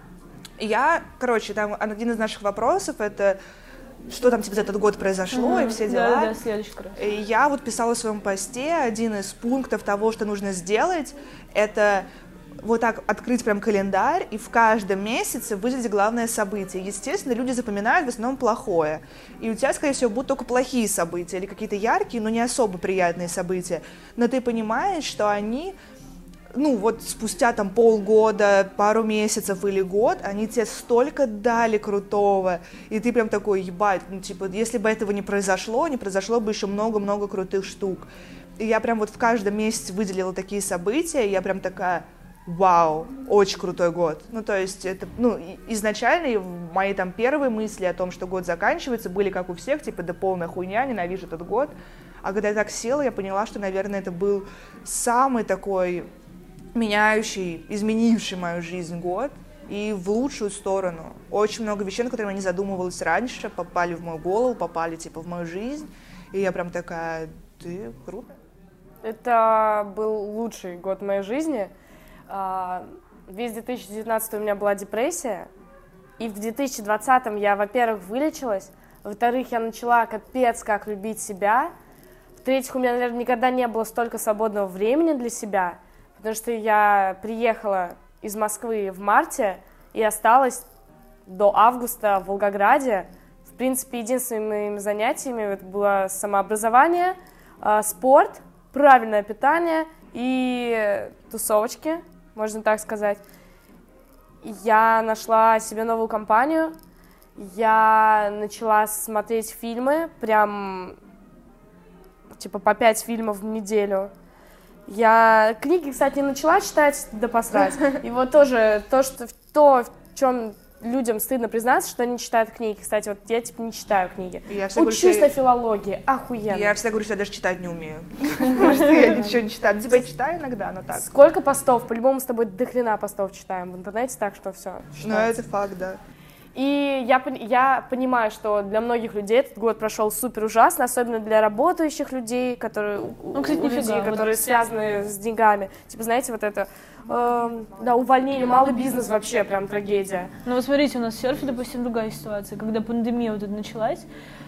я, короче, там один из наших вопросов, это что там типа за этот год произошло, угу, и все дела. Да, да, следующий раз. И я вот писала в своем посте, один из пунктов того, что нужно сделать, это вот так открыть прям календарь и в каждом месяце выделить главное событие. Естественно, люди запоминают в основном плохое. И у тебя, скорее всего, будут только плохие события или какие-то яркие, но не особо приятные события. Но ты понимаешь, что они, ну вот спустя там полгода, пару месяцев или год, они тебе столько дали крутого. И ты прям такой, ебать, ну типа, если бы этого не произошло, не произошло бы еще много-много крутых штук. И я прям вот в каждом месяце выделила такие события, и я прям такая... Вау, очень крутой год. Ну, то есть, это, ну, изначально мои там первые мысли о том, что год заканчивается, были как у всех, типа, да полная хуйня, ненавижу этот год. А когда я так села, я поняла, что, наверное, это был самый такой меняющий, изменивший мою жизнь год, и в лучшую сторону. Очень много вещей, на которые я не задумывалась раньше, попали в мою голову, попали, типа, в мою жизнь, и я прям такая, ты круто. Это был лучший год моей жизни. Весь две тысячи девятнадцатый у меня была депрессия, и в две тысячи двадцатом я, во-первых, вылечилась, во-вторых, я начала капец как любить себя, в-третьих, у меня, наверное, никогда не было столько свободного времени для себя, потому что я приехала из Москвы в марте и осталась до августа в Волгограде. В принципе, единственными моими занятиями это было самообразование, спорт, правильное питание и тусовочки, можно так сказать. Я нашла себе новую компанию, я начала смотреть фильмы, прям типа по пять фильмов в неделю. Я книги, кстати, не начала читать, да посрать. И вот тоже то, что, то, в чем людям стыдно признаться, что они читают книги. Кстати, вот я типа не читаю книги. Учусь на филологии, охуенно. Я всегда говорю, что я даже читать не умею. Потому что я ничего не читаю. Тебя читаю иногда, но так. Сколько постов? По-любому с тобой до хрена постов читаем в интернете, так что все. Ну, это факт, да. И я, я понимаю, что для многих людей этот год прошел супер ужасно, особенно для работающих людей, которые, ну, кстати, у людей, нифига, которые вот. связаны с деньгами. Типа, знаете, вот это, э, да, увольнение, малый бизнес вообще прям трагедия. Ну вот смотрите, у нас в серфе, допустим, другая ситуация. Когда пандемия вот эта началась,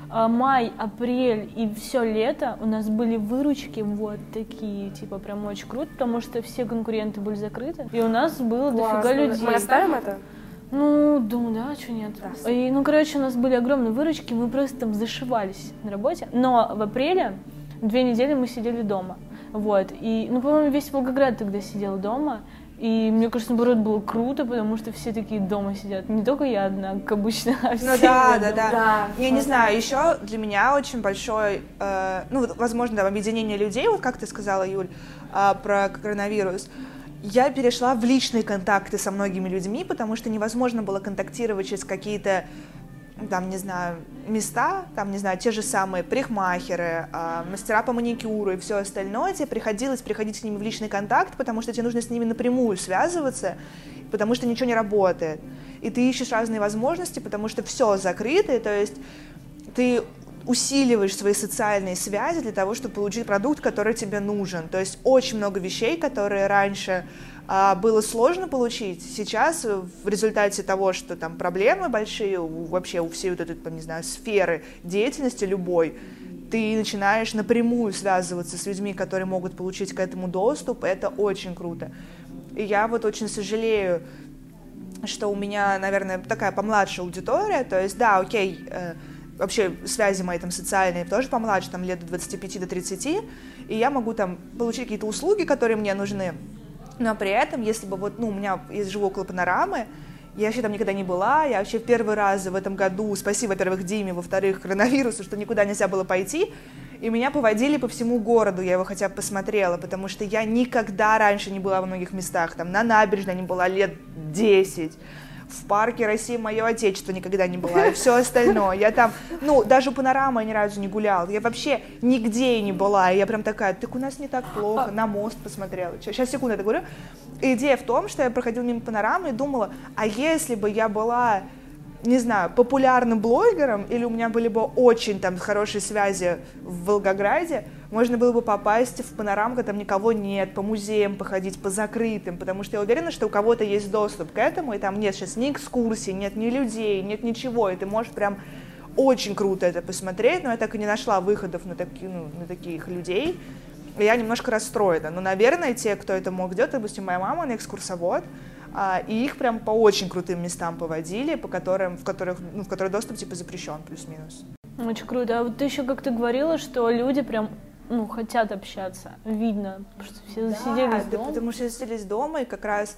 май, апрель и все лето у нас были выручки вот такие, типа, прям очень круто, потому что все конкуренты были закрыты, и у нас было Классно. дофига людей. Мы оставим это? Ну, думаю, да, что нет. Да. И, ну, короче, у нас были огромные выручки, мы просто там зашивались на работе. Но в апреле две недели мы сидели дома. Вот. И, ну, по-моему, весь Волгоград тогда сидел дома. И мне кажется, наоборот, было круто, потому что все такие дома сидят. Не только я одна, как обычно, а все. Ну да, да, да, да. Я не знаю, еще для меня очень большой, э, ну, возможно, да, объединение людей, вот как ты сказала, Юль, э, про коронавирус. Я перешла в личные контакты со многими людьми, потому что невозможно было контактировать через какие-то, там, не знаю, места, там, не знаю, те же самые парикмахеры, э, мастера по маникюру и все остальное. Тебе приходилось приходить с ними в личный контакт, потому что тебе нужно с ними напрямую связываться, потому что ничего не работает. И ты ищешь разные возможности, потому что все закрыто, то есть ты усиливаешь свои социальные связи для того, чтобы получить продукт, который тебе нужен. То есть очень много вещей, которые раньше а, было сложно получить, сейчас в результате того, что там проблемы большие у, вообще у всей вот этой, там, не знаю, сферы деятельности любой, ты начинаешь напрямую связываться с людьми, которые могут получить к этому доступ, это очень круто. И я вот очень сожалею, что у меня, наверное, такая помладшая аудитория, то есть, да, окей, э, вообще связи мои там социальные тоже помладше, там лет до двадцати пяти до тридцати, и я могу там получить какие-то услуги, которые мне нужны, но при этом, если бы вот, ну, у меня, я живу около Панорамы, я вообще там никогда не была, я вообще в первый раз в этом году, спасибо, во-первых, Диме, во-вторых, коронавирусу, что никуда нельзя было пойти, и меня поводили по всему городу, я его хотя бы посмотрела, потому что я никогда раньше не была во многих местах, там на набережной не была лет десять, в парке России мое отечество никогда не была, и все остальное. Я там, ну, даже у Панорамы я ни разу не гуляла. Я вообще нигде не была. И я прям такая, так у нас не так плохо, на мост посмотрела. Сейчас, секунду, я говорю. Идея в том, что я проходила мимо Панорамы и думала, а если бы я была, не знаю, популярным блогером, или у меня были бы очень там хорошие связи в Волгограде, можно было бы попасть в Панораму, когда там никого нет, по музеям походить, по закрытым, потому что я уверена, что у кого-то есть доступ к этому, и там нет сейчас ни экскурсий, нет ни людей, нет ничего, и ты можешь прям очень круто это посмотреть, но я так и не нашла выходов на, таки, ну, на таких людей, и я немножко расстроена. Но, наверное, те, кто это мог делать, допустим, моя мама, она экскурсовод, и их прям по очень крутым местам поводили, по которым, в, которых, ну, в которые доступ типа запрещен, плюс-минус. Очень круто. А вот ты еще как-то говорила, что люди прям, ну, хотят общаться. Видно, что все засиделись да, дома. Да, потому что засиделись дома, и как раз,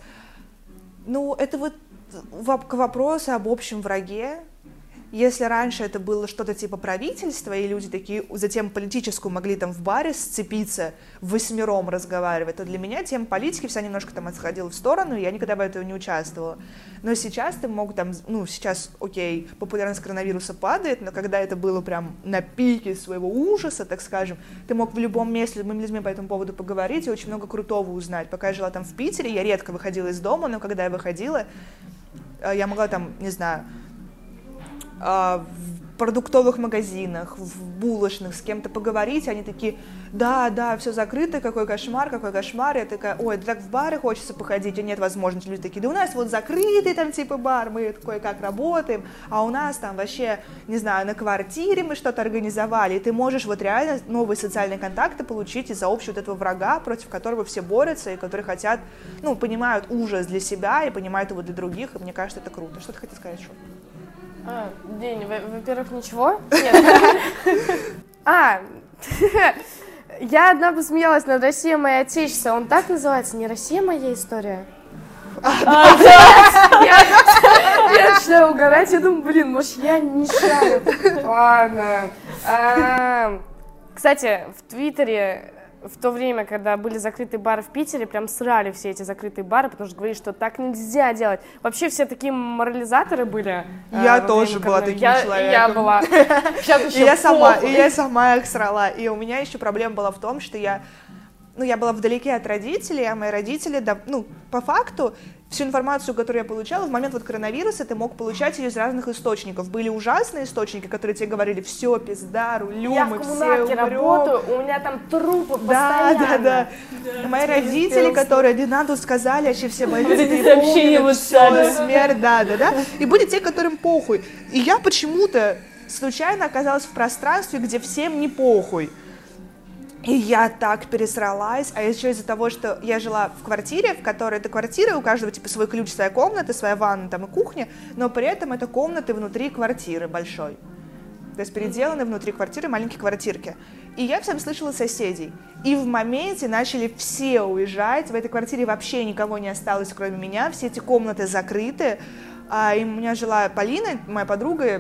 ну, это вот к вопросу об общем враге. Если раньше это было что-то типа правительства, и люди такие затем политическую могли там в баре сцепиться, восьмером разговаривать, то для меня тема политики вся немножко там отходила в сторону, и я никогда в этом не участвовала. Но сейчас ты мог там, ну, сейчас, окей, популярность коронавируса падает, но когда это было прям на пике своего ужаса, так скажем, ты мог в любом месте с любыми людьми по этому поводу поговорить и очень много крутого узнать. Пока я жила там в Питере, я редко выходила из дома, но когда я выходила, я могла там, не знаю, в продуктовых магазинах, в булочных с кем-то поговорить, они такие, да, да, все закрыто, какой кошмар, какой кошмар, я такая, ой, да так в бары хочется походить, а нет возможности, люди такие, да у нас вот закрытый там типа бар, мы кое-как работаем, а у нас там вообще, не знаю, на квартире мы что-то организовали, и ты можешь вот реально новые социальные контакты получить из-за общего вот этого врага, против которого все борются, и которые хотят, ну, понимают ужас для себя и понимают его для других, и мне кажется, это круто. Что ты хотела сказать, Шу? А, День, во-первых, ничего? Нет. А, я одна посмеялась над «Россия моя отечество». Он так называется? Не «Россия моя история»? Я начинаю угорать, я думаю, блин, может, я не шарю. Ладно. Кстати, в Твиттере в то время, когда были закрытые бары в Питере, прям срали все эти закрытые бары, потому что говорили, что так нельзя делать. Вообще все такие морализаторы были. Я э, тоже была таким я, человеком. Я была. И я, сама, и я сама их срала. И у меня еще проблема была в том, что я ну, я была вдалеке от родителей, а мои родители, да, ну, по факту, всю информацию, которую я получала, в момент вот коронавируса ты мог получать ее из разных источников. Были ужасные источники, которые тебе говорили, все, пизда, рулю, Я мы в все коммунарке умрем. работаю, у меня там трупы Да, постоянно. да, да, да. Мои родители, которые Динату сказали, вообще все мои эти сообщения в WhatsApp. смерть, да, да, да. И были те, которым похуй. И я почему-то случайно оказалась в пространстве, где всем не похуй. И я так пересралась, а еще из-за того, что я жила в квартире, в которой это квартира, у каждого типа свой ключ, своя комната, своя ванна там и кухня, но при этом это комнаты внутри квартиры большой. То есть переделаны внутри квартиры маленькие квартирки. И я всем слышала соседей. И в моменте начали все уезжать, в этой квартире вообще никого не осталось, кроме меня, все эти комнаты закрыты. А, и у меня жила Полина, моя подруга,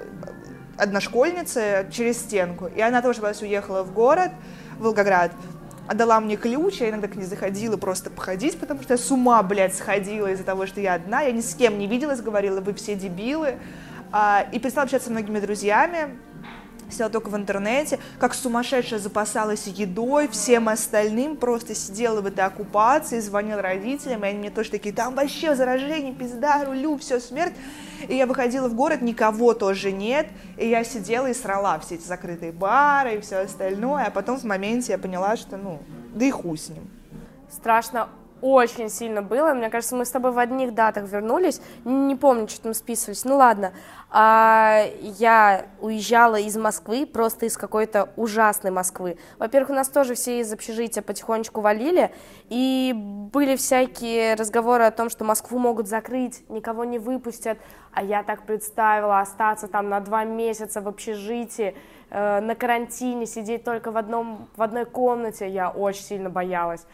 одношкольница, через стенку. И она тоже уехала в город, в Волгоград, отдала мне ключ, я иногда к ней заходила просто походить, потому что я с ума, блядь, сходила из-за того, что я одна, я ни с кем не виделась, говорила, вы все дебилы, а, и перестала общаться с многими друзьями, сидела только в интернете, как сумасшедшая запасалась едой, всем остальным, просто сидела в этой оккупации, звонила родителям, и они мне тоже такие, там вообще заражение, пизда, рулю, все, смерть. И я выходила в город, никого тоже нет, и я сидела и срала все эти закрытые бары и все остальное, а потом в моменте я поняла, что, ну, да и хуй с ним. Страшно очень сильно было. Мне кажется, мы с тобой в одних датах вернулись. Не помню, что мы списывались. Ну ладно. А, я уезжала из Москвы, просто из какой-то ужасной Москвы. Во-первых, у нас тоже все из общежития потихонечку валили, и были всякие разговоры о том, что Москву могут закрыть, никого не выпустят. А я так представила остаться там на два месяца в общежитии, э, на карантине, сидеть только в, одном, в одной комнате. Я очень сильно боялась.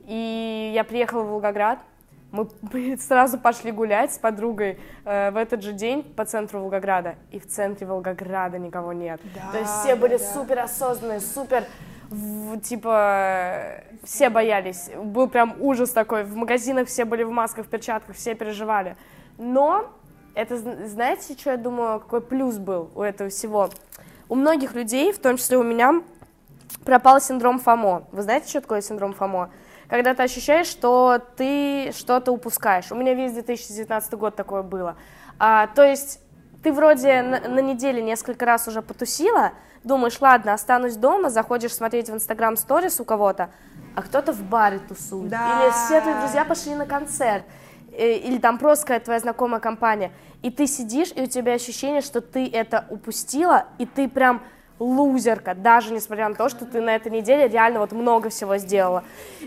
И я приехала в Волгоград, мы сразу пошли гулять с подругой э, в этот же день по центру Волгограда, и в центре Волгограда никого нет. Да, То есть все были да. супер осознанные, супер, в, типа, все боялись, был прям ужас такой, в магазинах все были в масках, в перчатках, все переживали. Но, это, знаете, что я думаю, какой плюс был у этого всего? У многих людей, в том числе у меня, пропал синдром ФОМО. Вы знаете, что такое синдром ФОМО? Когда ты ощущаешь, что ты что-то упускаешь. У меня весь две тысячи девятнадцатый год такое было. А, то есть ты вроде на, на неделе несколько раз уже потусила, думаешь, ладно, останусь дома, заходишь смотреть в Инстаграм сторис у кого-то, а кто-то в баре тусует. Да. Или все твои друзья пошли на концерт. Или там просто какая-то твоя знакомая компания. И ты сидишь, и у тебя ощущение, что ты это упустила, и ты прям... лузерка, даже несмотря на то, что ты на этой неделе реально вот много всего сделала.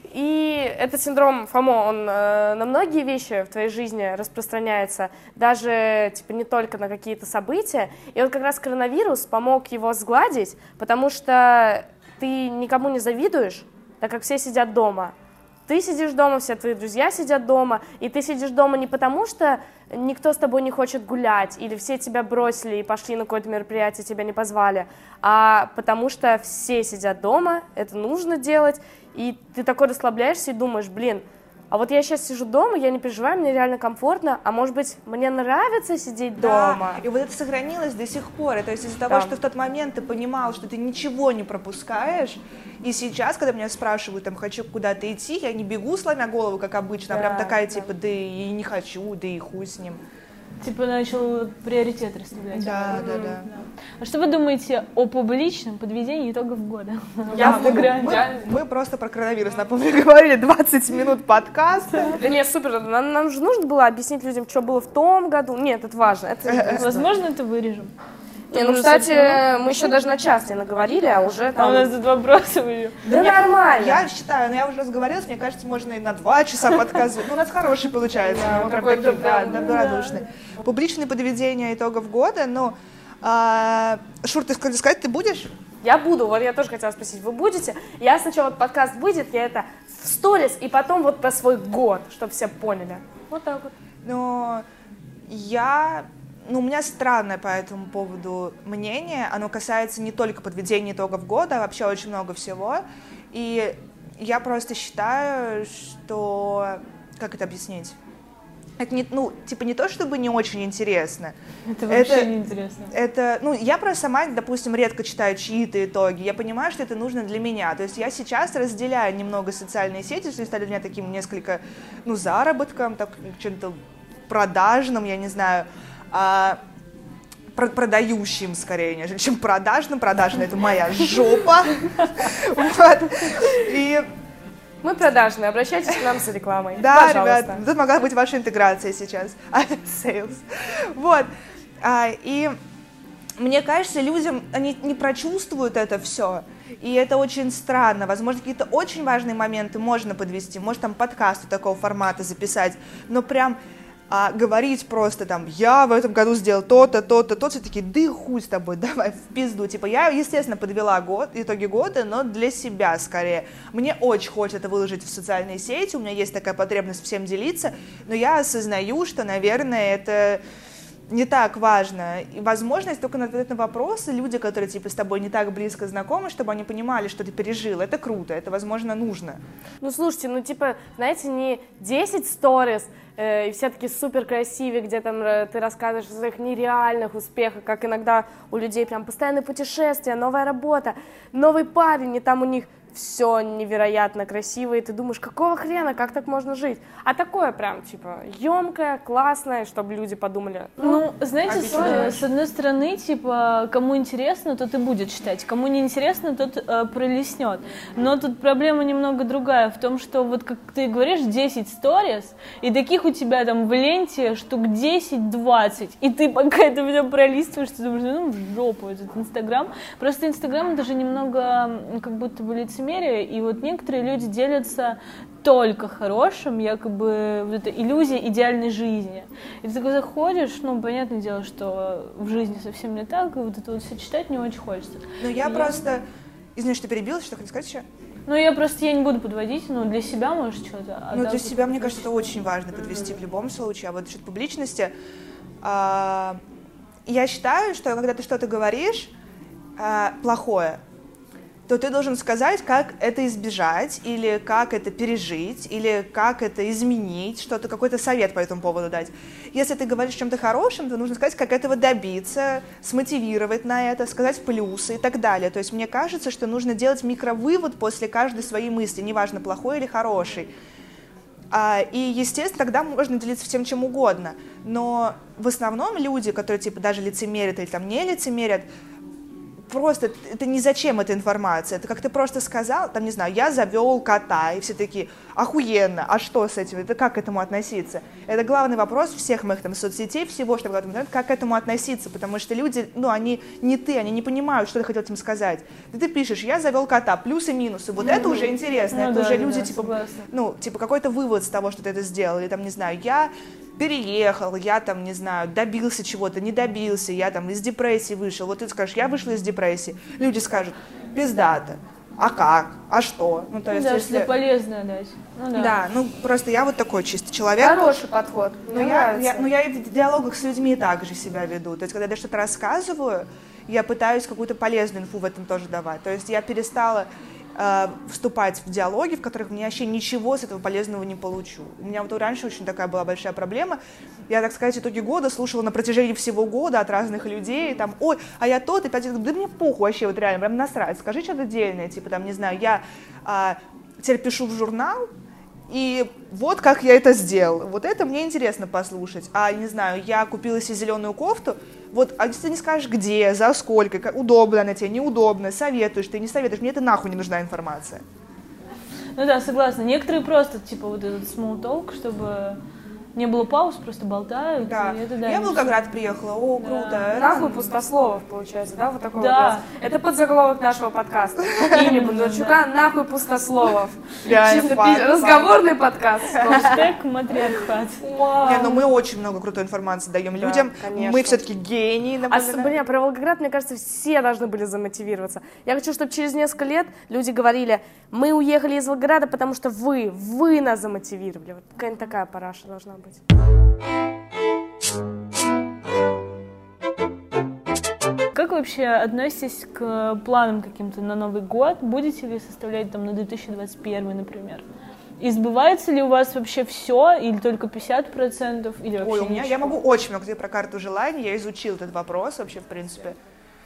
И этот синдром ФОМО, он э, на многие вещи в твоей жизни распространяется, даже типа не только на какие-то события. И вот как раз коронавирус помог его сгладить, потому что ты никому не завидуешь, так как все сидят дома. Ты сидишь дома, все твои друзья сидят дома, и ты сидишь дома не потому, что никто с тобой не хочет гулять, или все тебя бросили и пошли на какое-то мероприятие, тебя не позвали, а потому что все сидят дома, это нужно делать, и ты такой расслабляешься и думаешь, блин, а вот я сейчас сижу дома, я не переживаю, мне реально комфортно, а может быть, мне нравится сидеть Да, дома. и вот это сохранилось до сих пор. То есть из-за того, Да. что в тот момент ты понимал, что ты ничего не пропускаешь, и сейчас, когда меня спрашивают, там, хочу куда-то идти, я не бегу, сломя голову, как обычно, а прям Да, такая, да. типа, да и не хочу, да и хуй с ним. Типа начал приоритет расставлять. Да, да, да. А что вы думаете о публичном подведении итогов года? Я в Инстаграме. Мы, мы просто про коронавирус, напомню, говорили двадцать минут подкаста. Да нет, супер, нам, нам же нужно было объяснить людям, что было в том году. Нет, это важно. Это... Возможно, это вырежем. Не, ну, кстати, мы еще даже на час не наговорили, а уже А там... у нас тут вопросы были. Да нормально. Я считаю, но я уже разговаривалась, мне кажется, можно и на два часа подсказывать. Ну, у нас хороший получается, мы прям какой-то такие, да, прям, добродушные. Публичное подведение итогов года, ну, а, Шур, ты хотел сказать, ты будешь? Я буду, вот я тоже хотела спросить, вы будете? Я сначала, вот подкаст выйдет, я это в сторис, и потом вот про свой год, чтобы все поняли. Вот так вот. Но я... Ну, у меня странное по этому поводу мнение. Оно касается не только подведения итогов года, а вообще очень много всего. И я просто считаю, что... Как это объяснить? это не, ну, типа не то, чтобы не очень интересно. Это вообще это, неинтересно. Это, ну, я просто сама, допустим, редко читаю чьи-то итоги. Я понимаю, что это нужно для меня. То есть я сейчас разделяю немного социальные сети, что стали для меня таким несколько, ну, заработком, так, чем-то продажным, я не знаю, а, продающим скорее, нежели чем продажным. Продажным — это моя жопа. И... Мы продажные, обращайтесь к нам с рекламой. Да, пожалуйста. Ребят, тут могла быть ваша интеграция сейчас. Sales. Вот. А, и мне кажется, людям, они не прочувствуют это все. И это очень странно. Возможно, какие-то очень важные моменты можно подвести. Может, там подкасты такого формата записать. Но прям а, говорить просто там, я в этом году сделал то-то, то-то, то-то. Все такие, да хуй с тобой, давай в пизду. Типа, я, естественно, подвела год, итоги года, но для себя скорее. Мне очень хочется это выложить в социальные сети. У меня есть такая потребность всем делиться. Но я осознаю, что, наверное, это... не так важно. И, возможно, если только на ответ на вопросы, люди, которые типа с тобой не так близко знакомы, чтобы они понимали, что ты пережил. Это круто, это, возможно, нужно. Ну, слушайте, ну, типа, знаете, не десять сторис, э, и все таки супер красивые, где там э, ты рассказываешь о своих нереальных успехах, как иногда у людей прям постоянные путешествия, новая работа, новый парень, и там у них все невероятно красиво, и ты думаешь, какого хрена, как так можно жить? А такое прям, типа, емкое, классное, чтобы люди подумали. Ну, ну знаете, с, с одной стороны, типа, кому интересно, тот и будет читать, кому не интересно, тот э, пролистнет. Но тут проблема немного другая, в том, что вот, как ты говоришь, десять сторис, и таких у тебя там в ленте штук десять-двадцать, и ты пока это все пролистываешь, ты думаешь, ну, в жопу этот Инстаграм. Просто Инстаграм даже немного, как будто бы лицемерие, и вот некоторые люди делятся только хорошим, якобы вот эта иллюзия идеальной жизни. И ты такой заходишь, ну, понятное дело, что в жизни совсем не так, и вот это вот все читать не очень хочется. Ну, я и просто... Я... Извини, что перебилась, что хотела сказать еще? Ну, я просто, я не буду подводить, но для себя, может, что-то. А ну, для себя, мне кажется, это очень важно подвести mm-hmm. в любом случае. А вот насчет публичности, а, я считаю, что когда ты что-то говоришь а, плохое, то ты должен сказать, как это избежать, или как это пережить, или как это изменить, что-то, какой-то совет по этому поводу дать. Если ты говоришь о чем-то хорошем, то нужно сказать, как этого добиться, смотивировать на это, сказать плюсы и так далее. То есть мне кажется, что нужно делать микровывод после каждой своей мысли, неважно, плохой или хороший. А, и, естественно, тогда можно делиться всем чем угодно. Но в основном люди, которые типа даже лицемерят или там не лицемерят, просто, это не зачем эта информация, это как ты просто сказал, там, не знаю, я завел кота, и все такие, охуенно, а что с этим, это как к этому относиться? Это главный вопрос всех моих там соцсетей, всего, что говорят, как к этому относиться, потому что люди, ну, они не ты, они не понимают, что ты хотел этим сказать. Ты, ты пишешь, я завел кота, плюсы, минусы, вот mm-hmm. это уже интересно, ну, это да, уже люди, да, типа, согласна. ну, типа, какой-то вывод с того, что ты это сделал, или там, не знаю, я переехал, я там, не знаю, добился чего-то, не добился, я там из депрессии вышел. Вот ты скажешь, я вышла из депрессии. Люди скажут, пиздато. А как? А что? Ну, то есть, да, если... что полезное дать. Ну, да. да, ну, просто я вот такой чистый человек. Хороший подход. Ну, я, я, ну, я и в диалогах с людьми также себя веду. То есть, когда я что-то рассказываю, я пытаюсь какую-то полезную инфу в этом тоже давать. То есть, я перестала э, вступать в диалоги, в которых мне вообще ничего с этого полезного не получу. У меня вот раньше очень такая была большая проблема. Я, так сказать, итоги года слушала на протяжении всего года от разных людей, там, ой, а я тот, и пять, да мне похуй вообще, вот реально, прям насрать, скажи что-то дельное, типа, там, не знаю, я а, теперь пишу в журнал, и вот как я это сделала, вот это мне интересно послушать, а, не знаю, я купила себе зеленую кофту, вот, а если ты не скажешь, где, за сколько, как, удобно она тебе, неудобно, советуешь, ты не советуешь, мне это нахуй не нужна информация. Ну да, согласна, некоторые просто, типа, вот этот small talk, чтобы... Не было пауз, просто болтают. Да. И это, да, я в Волгоград приехала, о, да. круто. Нахуй пустословов, получается, да? Вот такой да. вопрос. Это подзаглавок нашего подкаста. Имя Бондарчука, нахуй пустословов. Чисто разговорный подкаст. Хэштег матриархат. Не, ну мы очень много крутой информации даем да, людям. Конечно. Мы все-таки гении. А, блин, про Волгоград, мне кажется, все должны были замотивироваться. Я хочу, чтобы через несколько лет люди говорили, мы уехали из Волгограда, потому что вы, вы нас замотивировали. Вот какая-нибудь такая параша должна быть. Как вы вообще относитесь к планам каким-то на Новый год? Будете ли составлять там на две тысячи двадцать первый, например? И сбывается ли у вас вообще все, или только пятьдесят процентов, или вообще Ой, у меня, ничего? я могу очень много говорить про карту желаний, я изучила этот вопрос вообще, в принципе.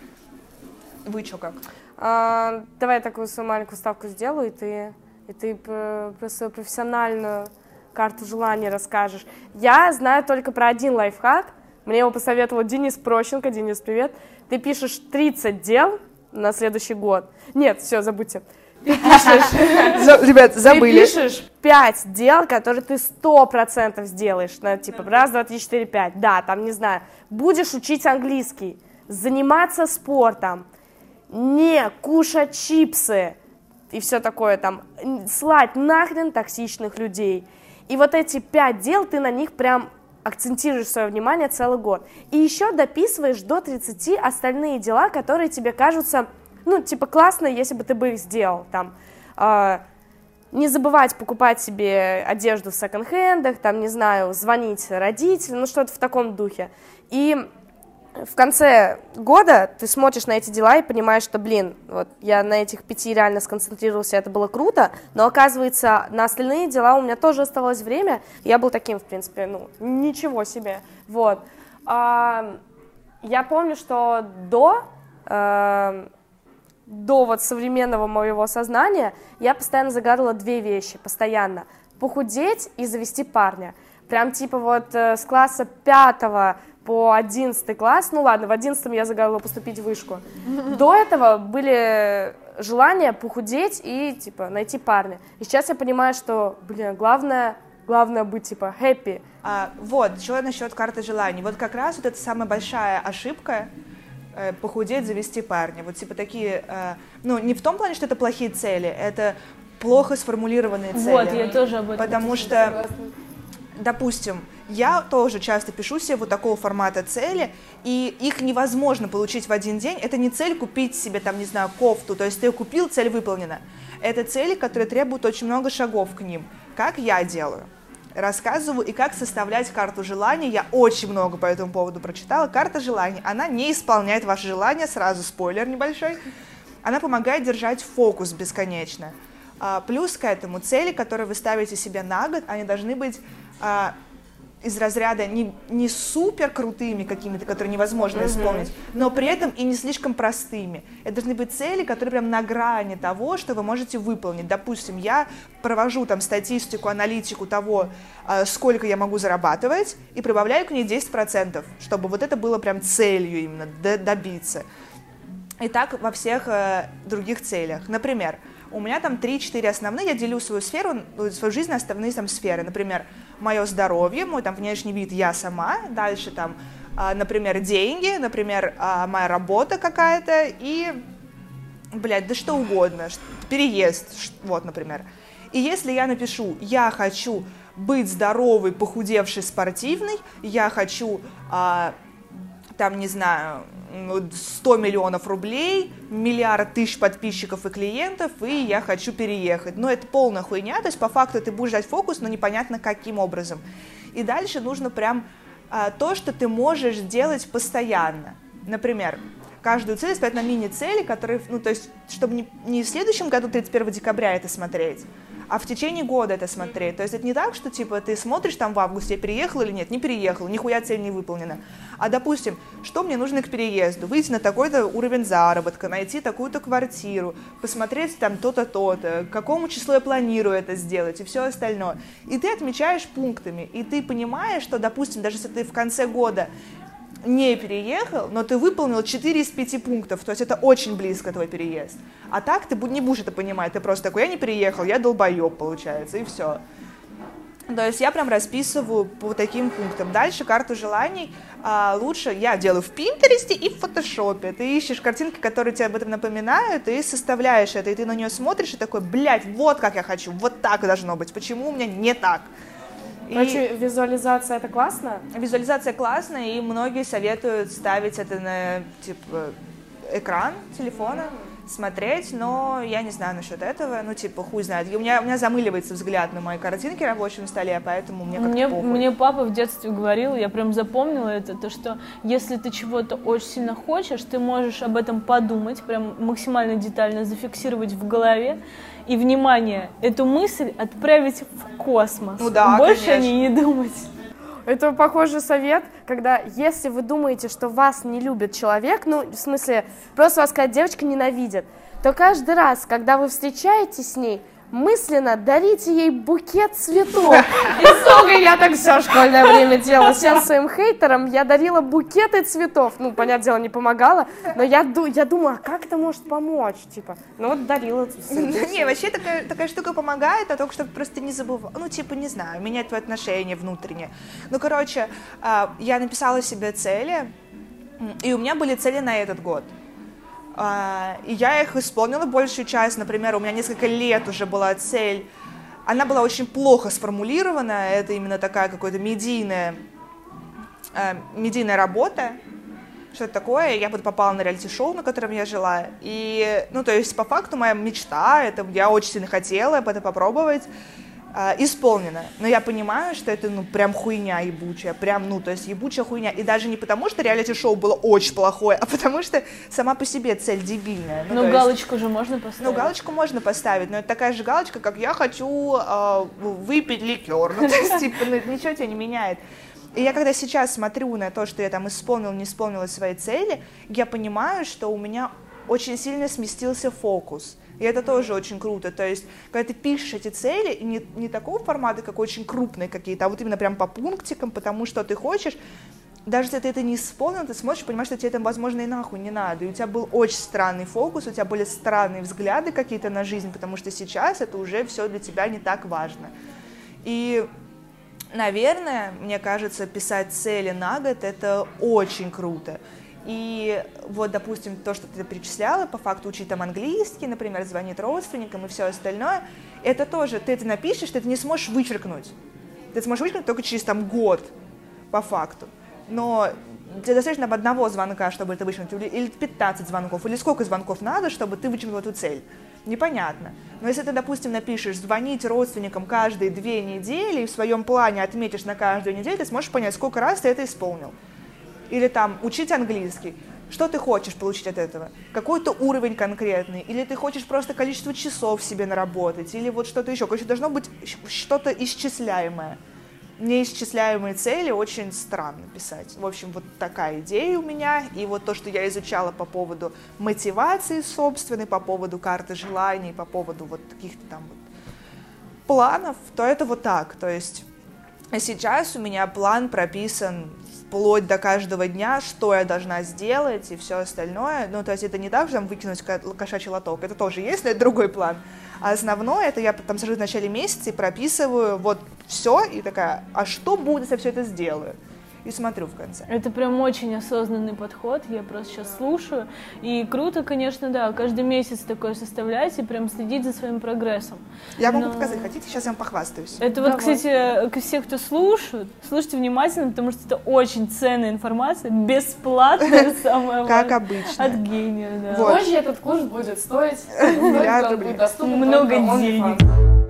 Вы что, как? А, давай я такую свою маленькую ставку сделаю, и ты, и ты про, про свою профессиональную карту желаний расскажешь. Я знаю только про один лайфхак. Мне его посоветовал Денис Прощенко. Денис, привет. Ты пишешь тридцать дел на следующий год. Нет, все, забудьте. Ты пишешь... Ребят, забыли. Ты пишешь пять дел, которые ты сто процентов сделаешь. На, типа, раз, два, три, четыре, пять. Да, там, не знаю. Будешь учить английский, заниматься спортом, не кушать чипсы и все такое там, слать нахрен токсичных людей. И вот эти пять дел, ты на них прям акцентируешь свое внимание целый год. И еще дописываешь до тридцати остальные дела, которые тебе кажутся, ну, типа, классные, если бы ты бы их сделал. Там, э, не забывать покупать себе одежду в секонд-хендах, там, не знаю, звонить родителям, ну, что-то в таком духе. И в конце года ты смотришь на эти дела и понимаешь, что, блин, вот я на этих пяти реально сконцентрировался, это было круто, но, оказывается, на остальные дела у меня тоже оставалось время, я был таким, в принципе, ну, ничего себе, вот. А, я помню, что до, а, до вот современного моего сознания я постоянно загадывала две вещи, постоянно, похудеть и завести парня, прям типа вот с класса пятого по одиннадцатый класс, ну ладно, в одиннадцатом я загадывала поступить в вышку. До этого были желания похудеть и, типа, найти парня. И сейчас я понимаю, что, блин, главное, главное быть, типа, happy. А, вот, что насчет карты желаний. Вот как раз вот это самая большая ошибка, э, похудеть, завести парня. Вот, типа, такие, э, ну, не в том плане, что это плохие цели, это плохо сформулированные цели. Вот, я тоже об этом. Потому что... Согласна. Допустим, я тоже часто пишу себе вот такого формата цели, и их невозможно получить в один день. Это не цель купить себе, там, не знаю, кофту, то есть ты ее купил, цель выполнена. Это цели, которые требуют очень много шагов к ним. Как я делаю? Рассказываю, и как составлять карту желаний. Я очень много по этому поводу прочитала. Карта желаний, она не исполняет ваши желания, сразу спойлер небольшой. Она помогает держать фокус бесконечно. А, плюс к этому цели, которые вы ставите себе на год, они должны быть а, из разряда не, не супер крутыми какими-то, которые невозможно mm-hmm. исполнить, но при этом и не слишком простыми. Это должны быть цели, которые прям на грани того, что вы можете выполнить. Допустим, я провожу там статистику, аналитику того, а, сколько я могу зарабатывать, и прибавляю к ней десять процентов, чтобы вот это было прям целью именно добиться. И так во всех э, других целях. Например, у меня там три-четыре основные, я делю свою сферу, свою жизнь на основные там сферы. Например, мое здоровье, мой там внешний вид, я сама. Дальше там, а, например, деньги, например, а, моя работа какая-то и, блядь, да что угодно, переезд, вот, например. И если я напишу, я хочу быть здоровой, похудевшей, спортивной, я хочу, а, там, не знаю, сто миллионов рублей, миллиард тысяч подписчиков и клиентов, и я хочу переехать. Но это полная хуйня, то есть по факту ты будешь ждать фокус, но непонятно каким образом. И дальше нужно прям а, то, что ты можешь делать постоянно. Например, каждую цель спать на мини-цели, которые, ну, то есть, чтобы не, не в следующем году, тридцать первого декабря это смотреть, а в течение года это смотреть. То есть это не так, что типа ты смотришь там в августе, я переехал или нет, не переехал, нихуя цель не выполнена. А допустим, что мне нужно к переезду? Выйти на такой-то уровень заработка, найти такую-то квартиру, посмотреть там то-то, то-то, к какому числу я планирую это сделать и все остальное. И ты отмечаешь пунктами, и ты понимаешь, что, допустим, даже если ты в конце года не переехал, но ты выполнил четыре из пяти пунктов, то есть это очень близко твой переезд. А так ты не будешь это понимать, ты просто такой, я не переехал, я долбоеб, получается, и все. То есть я прям расписываю по таким пунктам. Дальше карту желаний а, лучше я делаю в Пинтересте и в Фотошопе. Ты ищешь картинки, которые тебе об этом напоминают, и составляешь это, и ты на нее смотришь, и такой, блядь, вот как я хочу, вот так должно быть, почему у меня не так? Короче, и визуализация — это классно? Визуализация классная, и многие советуют ставить это на, типа, экран телефона, смотреть, но я не знаю насчет этого, ну, типа, хуй знает. И у меня, у меня замыливается взгляд на мои картинки в рабочем столе, поэтому мне как-то Мне, похуй. мне папа в детстве говорил, я прям запомнила это, то, что если ты чего-то очень сильно хочешь, ты можешь об этом подумать, прям максимально детально зафиксировать в голове, и, внимание, эту мысль отправить в космос. Ну да, Больше конечно. о ней не думать. Это похожий совет, когда если вы думаете, что вас не любит человек, ну, в смысле, просто вас какая-то девочка ненавидит, то каждый раз, когда вы встречаетесь с ней, мысленно дарите ей букет цветов. И сука, я так все школьное время делала. Всем своим хейтерам я дарила букеты цветов. Ну, понятное дело, не помогала, но я, ду- я думаю, а как это может помочь? Типа, ну вот дарила цветы. Не, вообще такая, такая штука помогает, а только чтобы просто не забывать, ну, типа, не знаю, менять твои отношения внутренние. Ну, короче, а, я написала себе цели, и у меня были цели на этот год. А, и я их исполнила большую часть, например, у меня несколько лет уже была цель, она была очень плохо сформулирована, это именно такая какая-то медийная, а, медийная работа. Что это такое? Я вот попала на реалити-шоу, на котором я жила. И, ну, то есть, по факту, моя мечта, это я очень сильно хотела это попробовать, э, исполнена. Но я понимаю, что это, ну, прям хуйня ебучая, прям, ну, то есть, ебучая хуйня. И даже не потому, что реалити-шоу было очень плохое, а потому что сама по себе цель дебильная. Ну, Ну, то галочку есть, же можно поставить. ну, галочку можно поставить, но это такая же галочка, как я хочу э, выпить ликер. Ну, то есть, типа, ну, ничего тебя не меняет. И я когда сейчас смотрю на то, что я там исполнила, не исполнила свои цели, я понимаю, что у меня очень сильно сместился фокус. И это тоже очень круто. То есть, когда ты пишешь эти цели, и не, не такого формата, как очень крупные какие-то, а вот именно прям по пунктикам, потому что ты хочешь, даже если ты это не исполнил, ты сможешь понимать, что тебе это, возможно, и нахуй не надо. И у тебя был очень странный фокус, у тебя были странные взгляды какие-то на жизнь, потому что сейчас это уже все для тебя не так важно. И... Наверное, мне кажется, писать цели на год – это очень круто. И вот, допустим, то, что ты перечисляла, по факту учить там английский, например, звонить родственникам и все остальное, это тоже, ты это напишешь, ты это не сможешь вычеркнуть. Ты сможешь вычеркнуть только через там год, по факту. Но тебе достаточно одного звонка, чтобы это вычеркнуть, или пятнадцать звонков, или сколько звонков надо, чтобы ты вычеркнул эту цель. Непонятно. Но если ты, допустим, напишешь звонить родственникам каждые две недели и в своем плане отметишь на каждую неделю, ты сможешь понять, сколько раз ты это исполнил. Или там учить английский. Что ты хочешь получить от этого? Какой-то уровень конкретный? Или ты хочешь просто количество часов себе наработать? Или вот что-то еще? Короче, должно быть что-то исчисляемое. Неисчисляемые цели очень странно писать. В общем, вот такая идея у меня. И вот то, что я изучала по поводу мотивации собственной, по поводу карты желаний, по поводу вот каких-то там вот планов, то это вот так. То есть сейчас у меня план прописан вплоть до каждого дня, что я должна сделать и все остальное. Ну, то есть это не так, что там выкинуть кошачий лоток. Это тоже есть, но это другой план. А основное, это я там сажусь в начале месяца и прописываю вот все, и такая, а что будет, если я все это сделаю? И смотрю в конце. Это прям очень осознанный подход, я просто сейчас слушаю. И круто, конечно, да, каждый месяц такое составлять и прям следить за своим прогрессом. Я могу Но... показать, хотите, сейчас я вам похвастаюсь. Это Давай. вот, кстати, к всем, кто слушает, слушайте внимательно, потому что это очень ценная информация, бесплатная, самое важное. Как обычно. От гения, да. Вот. Позже этот курс будет стоить Миллиард рублей. Много денег.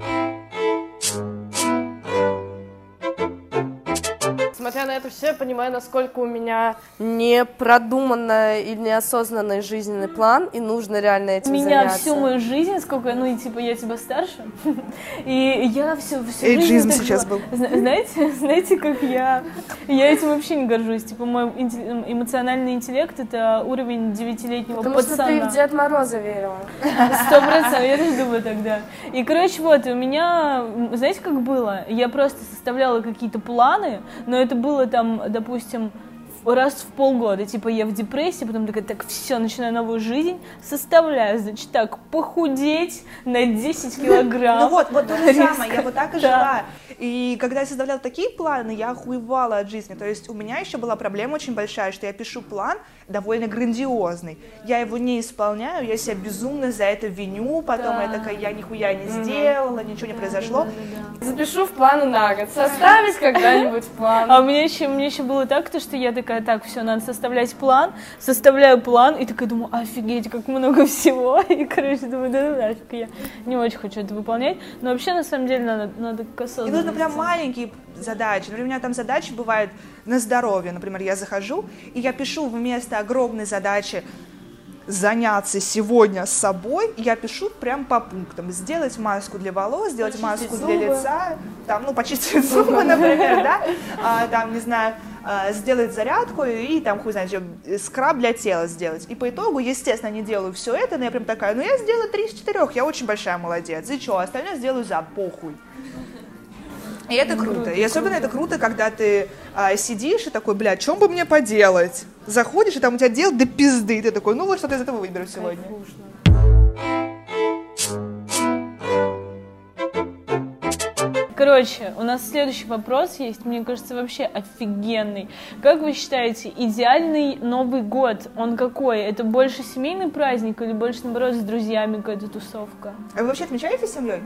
Смотря на это все, я понимаю, насколько у меня непродуманный и неосознанный жизненный план, и нужно реально этим Меня заняться. всю мою жизнь, сколько, ну, и типа, я тебя старше, и я всю, всю Эйджизм жизнь... так сейчас жила. был. Зна- Знаете, знаете, как я... Я этим вообще не горжусь. Типа, мой интел- эмоциональный интеллект — это уровень девятилетнего Потому пацана. что ты в Дед Мороза верила. Сто процентов, я тоже думаю тогда. И, короче, вот, у меня, знаете, как было? Я просто составляла какие-то планы, но это было там, допустим, раз в полгода, типа я в депрессии, потом такая, так, все, начинаю новую жизнь, составляю, значит, так, похудеть на десять килограмм. Ну вот, вот то же самое, я вот так и Да. жила. И когда я составляла такие планы, я охуевала от жизни. То есть у меня еще была проблема очень большая, что я пишу план довольно грандиозный. Я его не исполняю, я себя безумно за это виню, потом Да. я такая, я нихуя не сделала, ничего не произошло. Запишу в планы на год. Составить когда-нибудь план. А у меня еще, у меня еще было так, то, что я такая, такая, так, все, надо составлять план, составляю план, и такая думаю, офигеть, как много всего, и, короче, думаю, да, да, нафиг, я не очень хочу это выполнять, но вообще, на самом деле, надо, надо к осознанности. И нужно прям маленькие задачи, например, у меня там задачи бывают на здоровье, например, я захожу, и я пишу вместо огромной задачи заняться сегодня с собой, я пишу прям по пунктам. Сделать маску для волос, сделать почистить маску зубы. для лица, там, ну, почистить зубы, например, да, а, там, не знаю, а, сделать зарядку и там, хуй знает, скраб для тела сделать. И по итогу, естественно, не делаю все это, но я прям такая, ну, я сделала три из четырех, я очень большая молодец. И что, остальное сделаю за похуй. И это круто. И особенно это круто, когда ты а, сидишь и такой, бля, чем бы мне поделать? Заходишь, и там у тебя дел до пизды. И ты такой, ну вот что-то из этого выберу сегодня. Короче, у нас следующий вопрос есть, мне кажется, вообще офигенный. Как вы считаете, идеальный Новый год, он какой? Это больше семейный праздник или больше, наоборот, с друзьями какая-то тусовка? А вы вообще отмечаете с семьей?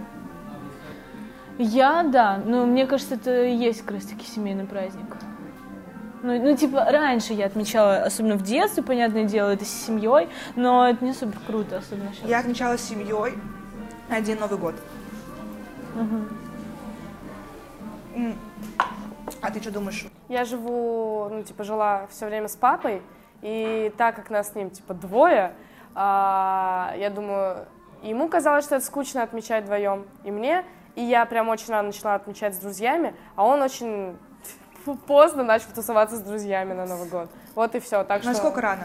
Я, да, но мне кажется, это и есть как раз-таки семейный праздник. Ну, ну, типа, раньше я отмечала, особенно в детстве, понятное дело, это с семьей, но это не супер круто, особенно сейчас. Я отмечала с семьей один Новый год. Угу. А ты что думаешь? Я живу, ну, типа, жила все время с папой, и так как нас с ним, типа, двое, а, я думаю, ему казалось, что это скучно отмечать вдвоем, и мне, и я прям очень рано начала отмечать с друзьями, а он очень поздно начал тусоваться с друзьями на Новый год. Вот и все. Так что... Насколько рано?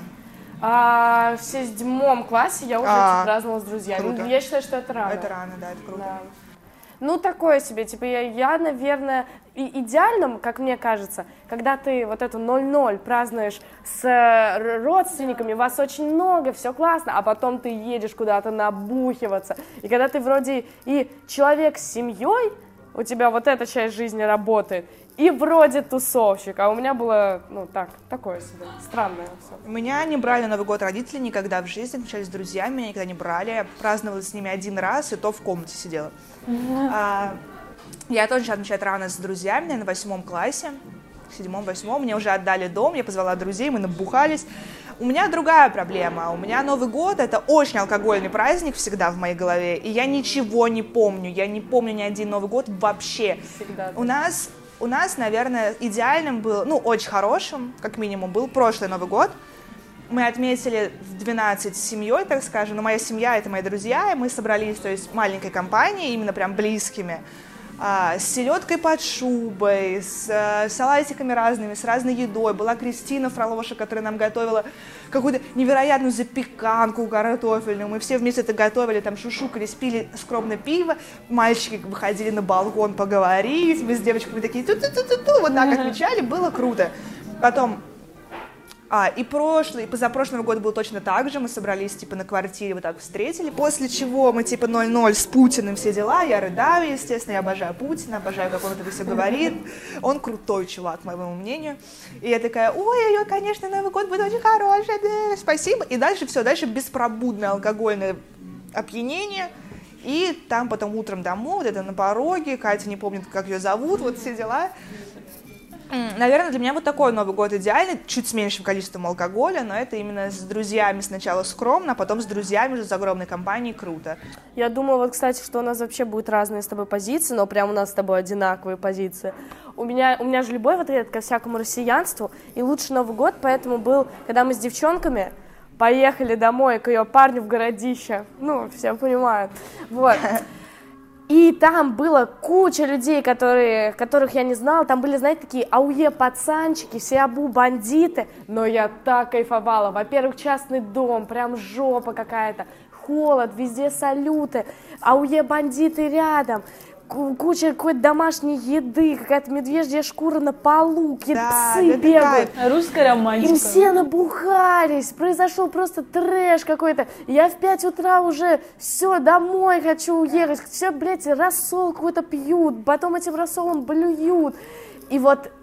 А, в седьмом классе я уже А, типа, праздновала с друзьями. круто. Я считаю, что это рано. Это рано, да, это круто. Да. Ну, такое себе, типа, я, я, наверное, и идеальным, как мне кажется, когда ты вот эту ноль-ноль празднуешь с э, родственниками, вас очень много, все классно, а потом ты едешь куда-то набухиваться, и когда ты вроде и человек с семьей, у тебя вот эта часть жизни работает, и вроде тусовщик, а у меня было, ну, так, такое себе, странное все. Меня не брали на Новый год родители никогда в жизни, отмечали с друзьями, меня никогда не брали, я праздновала с ними один раз, и то в комнате сидела. А, я тоже начала отмечать рано с друзьями, наверное, в восьмом классе, в седьмом-восьмом, мне уже отдали дом, я позвала друзей, мы набухались. У меня другая проблема, у меня Новый год — это очень алкогольный праздник всегда в моей голове, и я ничего не помню, я не помню ни один Новый год вообще. Всегда. У нас... У нас, наверное, идеальным был, ну, очень хорошим, как минимум, был прошлый Новый год. Мы отметили в двенадцать с семьей, так скажем, но моя семья — это мои друзья, и мы собрались, то есть, маленькой компанией, именно прям близкими, а, с селедкой под шубой, с а, салатиками разными, с разной едой. Была Кристина Фролоша, которая нам готовила какую-то невероятную запеканку картофельную. Мы все вместе это готовили, там шушукались, пили скромно пиво, мальчики выходили на балкон поговорить, мы с девочками такие ту-ту-ту-ту-ту, вот так отмечали, было круто. Потом, а, и прошлый, и позапрошлый год был точно так же, мы собрались, типа, на квартире, вот так встретили, после чего мы, типа, ноль-ноль с Путиным все дела, я рыдаю, естественно, я обожаю Путина, обожаю, как он это все говорит, он крутой чувак, по моему мнению, и я такая, ой-ой-ой, конечно, Новый год будет очень хороший, да, спасибо, и дальше все, дальше беспробудное алкогольное опьянение, и там потом утром домой, вот это на пороге, Катя не помнит, как ее зовут, вот все дела. Наверное, для меня вот такой Новый год идеальный, чуть с меньшим количеством алкоголя, но это именно с друзьями сначала скромно, а потом с друзьями уже с огромной компанией круто. Я думаю, вот, кстати, что у нас вообще будут разные с тобой позиции, но прям у нас с тобой одинаковые позиции. У меня, у меня же любовь вот эта ко всякому россиянству, и лучший Новый год поэтому был, когда мы с девчонками поехали домой к ее парню в городище, ну, все понимают, вот. И там было куча людей, которые, которых я не знала, там были, знаете, такие ауе-пацанчики, все абу-бандиты, но я так кайфовала. Во-первых, частный дом, прям жопа какая-то, холод, везде салюты, ауе-бандиты рядом, куча какой-то домашней еды, какая-то медвежья шкура на полу, какие-то Да, псы это бегают. Русская романтика. И все набухались, произошел просто трэш какой-то. Я в пять утра уже все, домой хочу уехать. Все, блядь, рассол какой-то пьют, потом этим рассолом блюют. И вот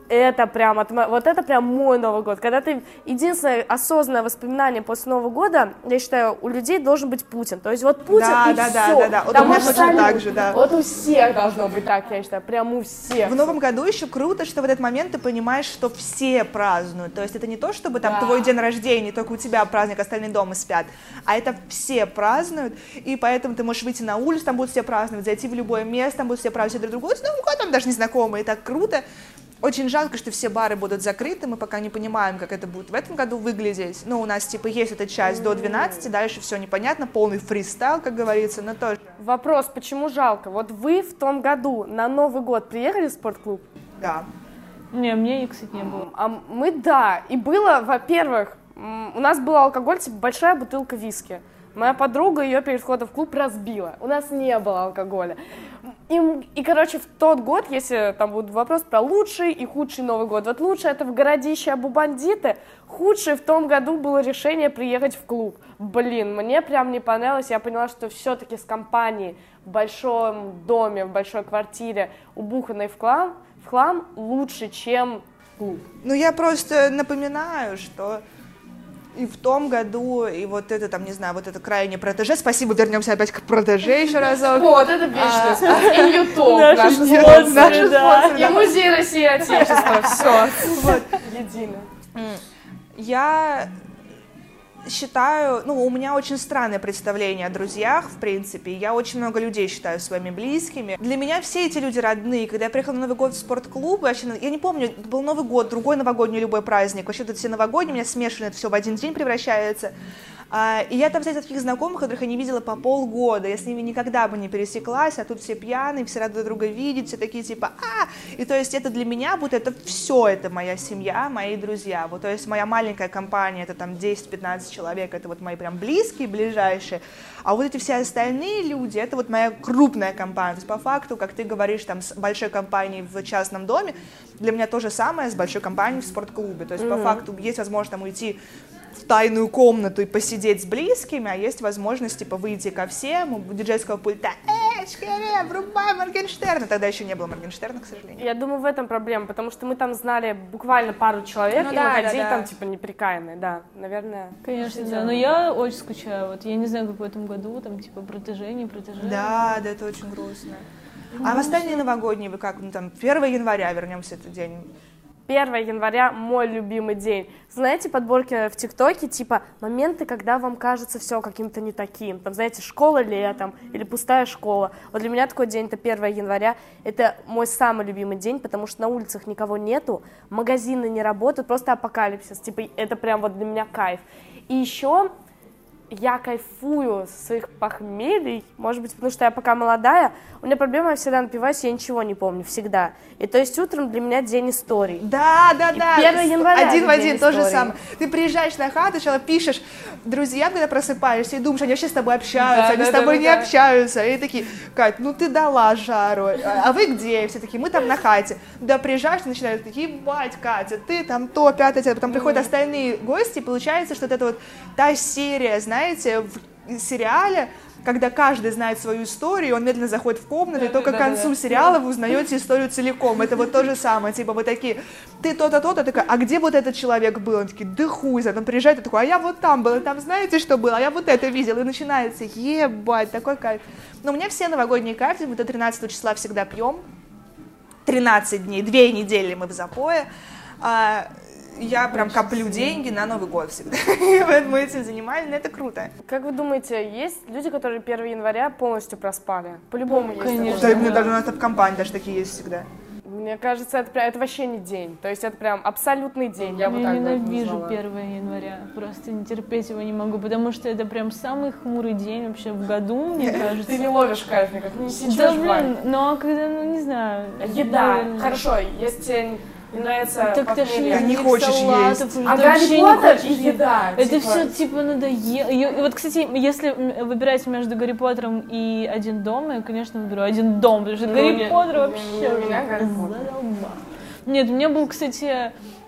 это прям, от мо- вот это прям мой Новый год. Когда ты, единственное осознанное воспоминание после Нового года, я считаю, у людей должен быть Путин. То есть вот Путин Да, и да, да, все. да, да. Вот Там у меня точно абсолютно- так же, да. Вот у всех должно быть так, я считаю, прям у всех. В Новом году еще круто, что в этот момент ты понимаешь, что все празднуют. То есть это не то, чтобы там Да. твой день рождения, только у тебя праздник, остальные дома спят, а это все празднуют, и поэтому ты можешь выйти на улицу, там будут все праздновать, зайти в любое место, там будут все праздновать друг другу, с Новым годом даже незнакомые, и так круто. Очень жалко, что все бары будут закрыты, мы пока не понимаем, как это будет в этом году выглядеть. Ну, у нас, типа, есть эта часть до двенадцати, дальше все непонятно, полный фристайл, как говорится, но тоже. Вопрос, почему жалко? Вот вы в том году на Новый год приехали в спортклуб? Да. Не, мне, кстати, не было. А мы, да. И было, во-первых, м, у нас был алкоголь, типа большая бутылка виски. Моя подруга ее перед входом в клуб разбила. У нас не было алкоголя. И, и, короче, в тот год, если там будет вопрос про лучший и худший Новый год. Вот лучший это в городище Абу-Бандиты, худший в том году было решение приехать в клуб. Блин, мне прям не понравилось. Я поняла, что все-таки с компанией в большом доме, в большой квартире, убуханной в хлам, в хлам лучше, чем клуб. Ну, я просто напоминаю, что и в том году, и вот это, там, не знаю, вот это крайне протеже. Спасибо, вернемся опять к протеже еще разок. Вот, это вечный спонсор. И Ютуб, Наши наши спонсоры, спонсоры, наши да. спонсоры, И да. Музей России и Отечества, все. Вот, едино. Я считаю, ну, у меня очень странное представление о друзьях, в принципе. Я очень много людей считаю своими близкими. Для меня все эти люди родные. Когда я приехала на Новый год в спортклуб, вообще, я не помню, был Новый год, другой новогодний, любой праздник. Вообще, тут все новогодние, у меня смешано, это все в один день превращается. А, и я там встретила таких знакомых, которых я не видела по полгода. Я с ними никогда бы не пересеклась, а тут все пьяные, все рады друг друга видеть, все такие типа а И то есть это для меня, будто это все, это моя семья, мои друзья. Вот, то есть моя маленькая компания, это там десять-пятнадцать человек, это вот мои прям близкие, ближайшие. А вот эти все остальные люди, это вот моя крупная компания. То есть по факту, как ты говоришь, там с большой компанией в частном доме, для меня то же самое с большой компанией в спортклубе. То есть mm-hmm. по факту есть возможность там уйти в тайную комнату и посидеть с близкими, а есть возможность, типа, выйти ко всем, у диджейского пульта, эй, шкере, врубай Моргенштерна. Тогда еще не было Моргенштерна, к сожалению. Я думаю, в этом проблема, потому что мы там знали буквально пару человек, Ну и да, мы да, ходили да. там, типа, неприкаянные, да, наверное. Конечно, да. Но я очень скучаю. Вот я не знаю, как в этом году, там, типа, протеже, не протеже. Да, да, это очень грустно. А в остальные новогодние вы как, ну там, первого января, вернемся этот день. первого января мой любимый день. Знаете, подборки в ТикТоке, типа, моменты, когда вам кажется все каким-то не таким. Там, знаете, школа летом или пустая школа. Вот для меня такой день, это первого января. Это мой самый любимый день, потому что на улицах никого нету, магазины не работают, просто апокалипсис. Типа, это прям вот для меня кайф. И еще я кайфую со своих похмелий, может быть, потому что я пока молодая, у меня проблема, я всегда напиваюсь, я ничего не помню, всегда. И то есть утром для меня день историй. Да, да, И да. первого января Один в день один, то же истории. самое. Ты приезжаешь на хату, сначала пишешь друзьям, когда просыпаешься, и думаешь, они вообще с тобой общаются, Да, они да, с да, тобой да, не да. общаются. И такие, Кать, ну ты дала жару, а вы где? И все такие, мы там на хате. Да, приезжаешь, и начинают такие, ебать, Катя, ты там то, пятое, пятое. Потом приходят остальные гости, и получается, что вот это вот та серия, знаете, в сериале, когда каждый знает свою историю, он медленно заходит в комнату, и только к концу сериала вы узнаете историю целиком. Это вот то же самое, типа вы такие, ты то-то, то-то, такая, а где вот этот человек был? Он такие, да хуй знает. Он приезжает и такой, а я вот там был, и там знаете, что было? А я вот это видел. И начинается, ебать, такой кайф. Но у меня все новогодние карты, мы до тринадцатого числа всегда пьем, тринадцать дней, две недели мы в запое. А, я прям коплю деньги на Новый год всегда. Мы этим занимались, но это круто. Как вы думаете, есть люди, которые первого января полностью проспали? По-любому есть. Конечно. Да, такое. мне даже у нас в компании даже такие есть всегда. Мне кажется, это, прям, это вообще не день. То есть это прям абсолютный день. Я, вот Я так бы это ненавижу назвала. первого января, просто не терпеть его не могу, потому что это прям самый хмурый день вообще в году, мне кажется. Ты не ловишь кайф никак, не сидишь Да, в блин, бане. ну а когда, ну не знаю. Еда, блин, хорошо, если тебе не нравится Так ты ж похмелье. не не хочешь салатов, есть. уже А ты вообще Гарри не Поттер хочешь и есть. еда. Это типа. все типа надоело. И, и вот, кстати, если м, выбирать между Гарри Поттером и Один дом, я, конечно, выберу Один дом, потому что Ну, Гарри не- Поттер не- вообще не- у меня Гарри Поттер. задолбал. Нет, у меня был, кстати,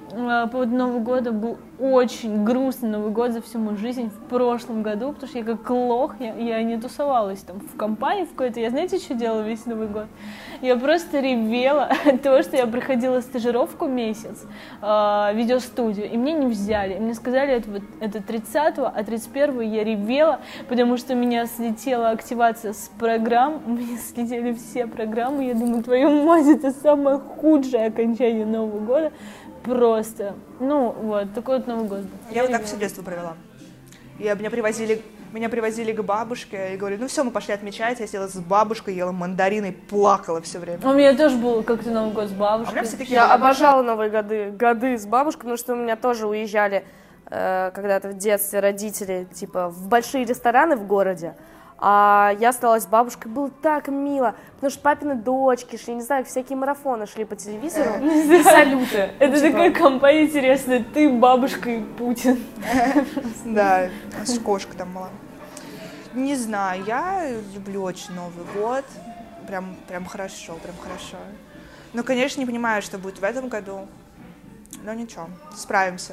по поводу Нового года был очень грустный Новый год за всю мою жизнь в прошлом году, потому что я как лох, я, я не тусовалась там в компании в какой-то. Я знаете, что делала весь Новый год? Я просто ревела от того, что я проходила стажировку месяц э, видеостудию, и мне не взяли. И мне сказали, это, вот, это тридцатого, а тридцать первого я ревела, потому что у меня слетела активация с программ, у меня слетели все программы. Я думаю, твою мать, это самое худшее окончание Нового года. Просто, ну вот, такой вот Новый год. Я, я вот так все детство провела. Я, меня, привозили, меня привозили к бабушке и говорили, ну все, мы пошли отмечать. Я села с бабушкой, ела мандарины, плакала все время. У меня тоже был как-то Новый год с бабушкой. А все такие Я были... обожала Новые годы, годы с бабушкой, потому что у меня тоже уезжали э, когда-то в детстве родители, типа, в большие рестораны в городе. А я осталась с бабушкой, было так мило, потому что папины дочки шли, не знаю, всякие марафоны шли по телевизору, и салюты. Это такая компания интересная, ты, бабушка и Путин. Да, кошка там была. Не знаю, я люблю очень Новый год, прям, прям хорошо, прям хорошо. Но, конечно, не понимаю, что будет в этом году, но ничего, справимся.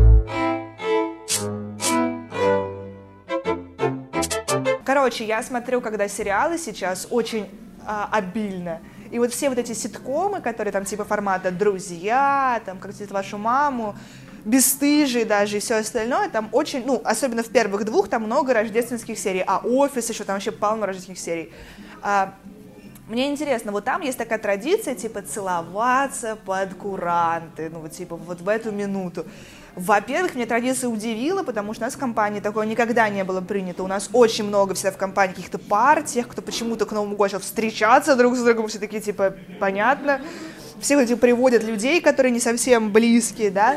Короче, я смотрю, когда сериалы сейчас очень а, обильно. И вот все вот эти ситкомы, которые там типа формата «Друзья», там «Как зовут вашу маму», «Бесстыжие» даже и все остальное, там очень, ну, особенно в первых двух, там много рождественских серий. А «Офис» еще, там вообще полно рождественских серий. А, мне интересно, вот там есть такая традиция, типа, целоваться под куранты, ну, вот типа вот в эту минуту. Во-первых, меня традиция удивила, потому что у нас в компании такое никогда не было принято. У нас очень много всегда в компании каких-то пар, тех, кто почему-то к Новому году начал встречаться друг с другом, все такие, типа, понятно. Все эти приводят людей, которые не совсем близкие, да.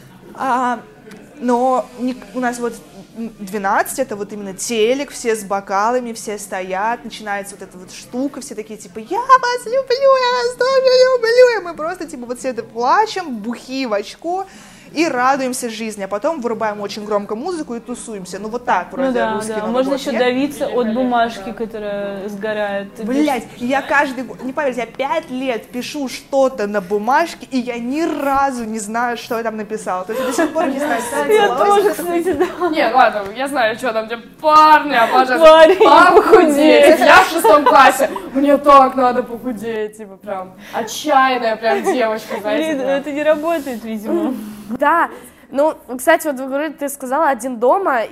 А, но не, у нас вот двенадцать, это вот именно телек, все с бокалами, все стоят, начинается вот эта вот штука, все такие, типа, я вас люблю, я вас тоже люблю, и мы просто, типа, вот все это плачем, бухи в очко, и радуемся жизни, а потом вырубаем очень громко музыку и тусуемся. Ну вот так просто ну, да, русский да. Новый Можно год, еще нет? давиться от бумажки, которая сгорает. Блять, я каждый год, не поверите, я пять лет пишу что-то на бумажке, и я ни разу не знаю, что я там написала. То есть я до сих пор не знаю, что я Я тоже, кстати, да. Не, ладно, я знаю, что там, где парни, обожаю. Парень. Похудеть, я в шестом классе, мне так надо похудеть, типа прям отчаянная прям девочка, знаете. Блин, это не работает, видимо. Да, ну, кстати, вот вы говорите, ты сказала «Один дома»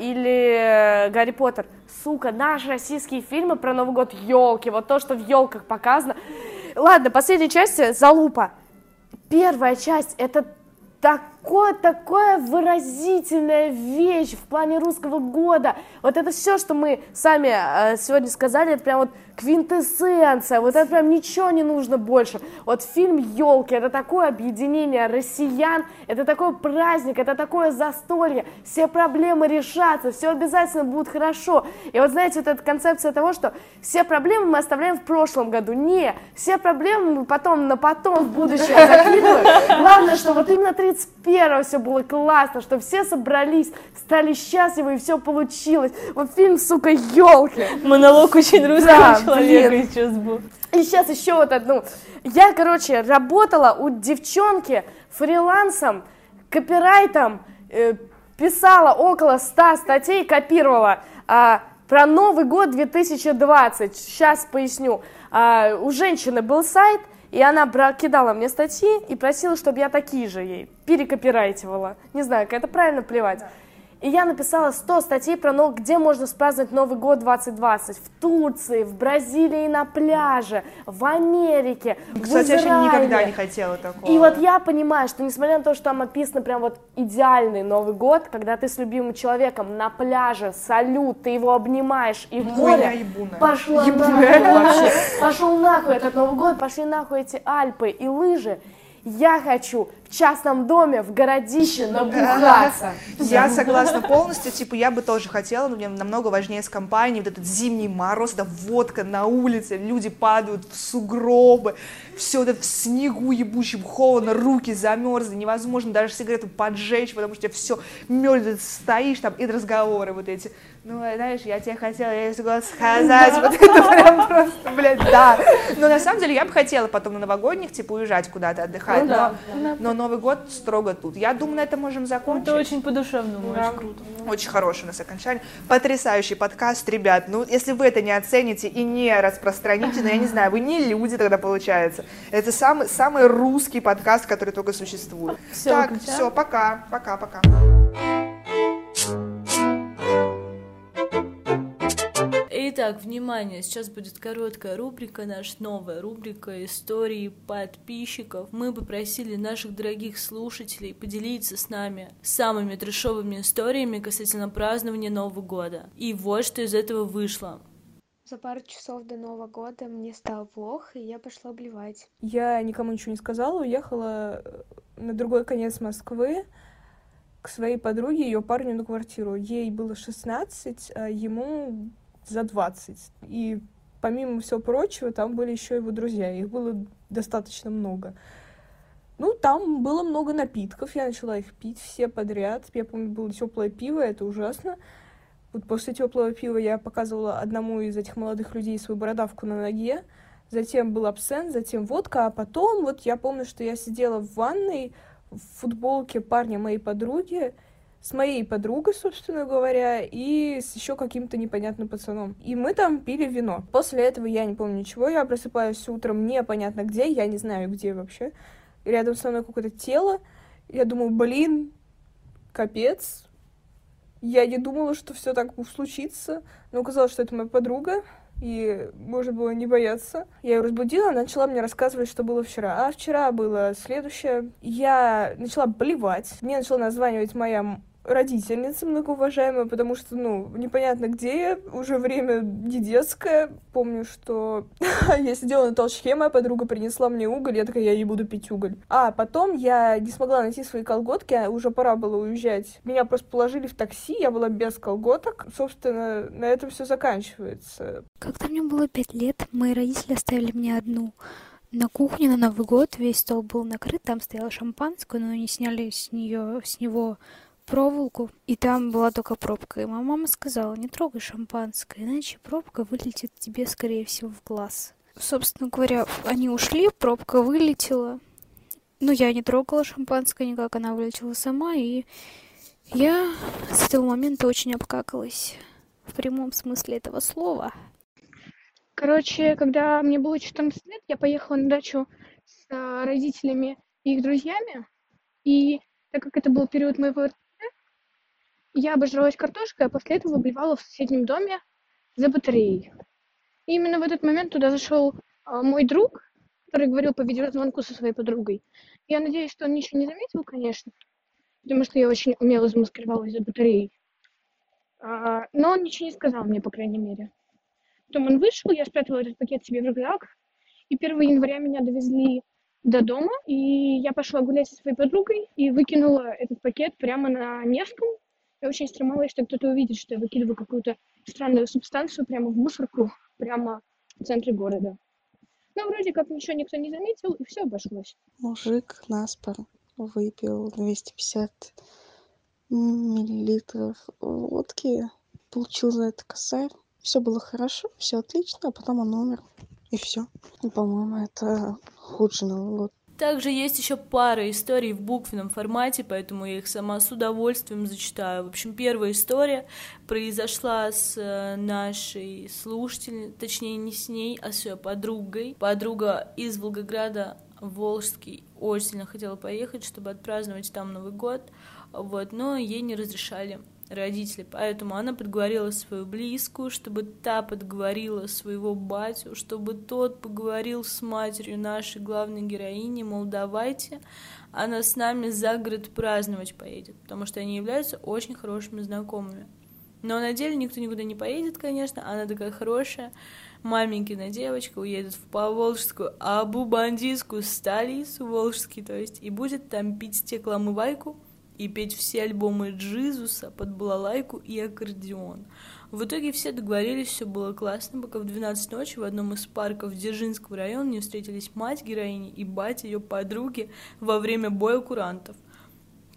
или «Гарри Поттер». Сука, наши российские фильмы про Новый год, елки, вот то, что в елках показано. Ладно, последняя часть «Залупа». Первая часть — это такое, такая выразительная вещь в плане русского года. Вот это все, что мы сами э, сегодня сказали, это прям вот квинтэссенция, вот это прям ничего не нужно больше. Вот фильм «Елки» — это такое объединение россиян, это такой праздник, это такое застолье, все проблемы решатся, все обязательно будет хорошо. И вот знаете, вот эта концепция того, что все проблемы мы оставляем в прошлом году. Не, все проблемы мы потом на потом в будущее закидываем. Главное, что вот именно тридцать первого все было классно, что все собрались, стали счастливы и все получилось. Вот фильм, сука, «Елки». Монолог очень русского Да, человека блин. сейчас был. И сейчас еще вот одну. Я, короче, работала у девчонки фрилансом, копирайтом, э, писала около ста статей, копировала а, про Новый год две тысячи двадцать. Сейчас поясню. А, у женщины был сайт, и она бра- кидала мне статьи и просила, чтобы я такие же ей перекопирайтивала. Не знаю, как это правильно, плевать. И я написала сто статей про, ну, где можно спраздновать Новый год двадцать двадцать. В Турции, в Бразилии на пляже, в Америке, в Кстати, я Израиле. вообще никогда не хотела такого. И вот я понимаю, что несмотря на то, что там описано прям вот идеальный Новый год, когда ты с любимым человеком на пляже, салют, ты его обнимаешь и в Ой, я море, ебуна. пошла нахуй вообще, пошел нахуй этот Новый год, пошли нахуй эти Альпы и лыжи. Я хочу в частном доме в городище набухаться. Я согласна полностью, типа, я бы тоже хотела, но мне намного важнее с компанией, вот этот зимний мороз, да, водка на улице, люди падают в сугробы, все это в снегу ебучем, холодно, руки замерзли, невозможно даже сигарету поджечь, потому что все мерзнет, стоишь там, и разговоры вот эти. Ну, знаешь, я тебе хотела весь год сказать, вот это прям просто, блядь, да. Но на самом деле я бы хотела потом на новогодних, типа, уезжать куда-то отдыхать, Ну, да, но, да. но Новый год строго тут. Я думаю, на этом можем закончить. Это очень по-душевному, Да. очень круто. Очень хороший у нас окончание. Потрясающий подкаст, ребят. Ну, если вы это не оцените и не распространите, ну, я не знаю, вы не люди тогда, получается. Это самый, самый русский подкаст, который только существует. Всё, так, выключаем? все, пока, пока, пока. Итак, внимание, сейчас будет короткая рубрика, наша новая рубрика «Истории подписчиков». Мы попросили наших дорогих слушателей поделиться с нами самыми трешовыми историями касательно празднования Нового года. И вот что из этого вышло. За пару часов до Нового года мне стало плохо, и я пошла блевать. Я никому ничего не сказала, уехала на другой конец Москвы к своей подруге, ее парню на квартиру. Ей было шестнадцать, а ему за двадцать. И помимо всего прочего, там были еще его друзья. Их было достаточно много. Ну, там было много напитков. Я начала их пить все подряд. Я помню, было теплое пиво, это ужасно. Вот после теплого пива я показывала одному из этих молодых людей свою бородавку на ноге. Затем был абсент, затем водка. А потом, вот я помню, что я сидела в ванной в футболке парня моей подруги, с моей подругой, собственно говоря, и с еще каким-то непонятным пацаном. И мы там пили вино. После этого я не помню ничего. Я просыпаюсь утром непонятно где, я не знаю где вообще. Рядом со мной какое-то тело. Я думаю, блин, капец. Я не думала, что все так случится. Но оказалось, что это моя подруга. И можно было не бояться. Я ее разбудила, она начала мне рассказывать, что было вчера. А вчера было следующее. Я начала блевать. Мне начала названивать моя родительница многоуважаемая, потому что, ну, непонятно где я, уже время не детское. Помню, что я сидела на толчке, моя подруга принесла мне уголь, я такая, я не буду пить уголь. А потом я не смогла найти свои колготки, а уже пора было уезжать. Меня просто положили в такси, я была без колготок. Собственно, на этом все заканчивается. Когда мне было пять лет, мои родители оставили меня одну. На кухне на Новый год весь стол был накрыт, там стояло шампанское, но они сняли с нее, с него проволоку, и там была только пробка. И моя мама сказала, не трогай шампанское, иначе пробка вылетит тебе, скорее всего, в глаз. Собственно говоря, они ушли, пробка вылетела. Но я не трогала шампанское никак, она вылетела сама, и я с этого момента очень обкакалась. В прямом смысле этого слова. Короче, когда мне было четырнадцать лет, я поехала на дачу с э, родителями и их друзьями. И так как это был период моего эр тэ, я обожралась картошкой, а после этого блевала в соседнем доме за батареей. И именно в этот момент туда зашел э, мой друг, который говорил по видеозвонку со своей подругой. Я надеюсь, что он ничего не заметил, конечно, потому что я очень умело замаскировалась за батареей. А, но он ничего не сказал мне, по крайней мере. Потом он вышел, я спрятала этот пакет себе в рюкзак, и первого января меня довезли до дома, и я пошла гулять со своей подругой и выкинула этот пакет прямо на Невском. Я очень стремалась, что кто-то увидит, что я выкидываю какую-то странную субстанцию прямо в мусорку, прямо в центре города. Но вроде как ничего никто не заметил, и все обошлось. Мужик наспор выпил двести пятьдесят миллилитров водки, получил за это косарь. Все было хорошо, все отлично, а потом он умер. И все. И, по-моему, это худший Новый год. Также есть еще пара историй в буквенном формате, поэтому я их сама с удовольствием зачитаю. В общем, первая история произошла с нашей слушательницей, точнее не с ней, а с ее подругой. Подруга из Волгограда в Волжский очень сильно хотела поехать, чтобы отпраздновать там Новый год, вот, но ей не разрешали родители, поэтому она подговорила свою близкую, чтобы та подговорила своего батю, чтобы тот поговорил с матерью нашей главной героини, мол, давайте, она с нами за город праздновать поедет, потому что они являются очень хорошими знакомыми. Но на деле никто никуда не поедет, конечно, она такая хорошая, маменькина девочка уедет в поволжскую абу-бандитскую столицу Волжский, то есть, и будет там пить стеклоомывайку и петь все альбомы Джизуса под балалайку и аккордеон. В итоге все договорились, все было классно, пока в двенадцать ночи в одном из парков Дзержинского района не встретились мать героини и батя ее подруги во время боя курантов.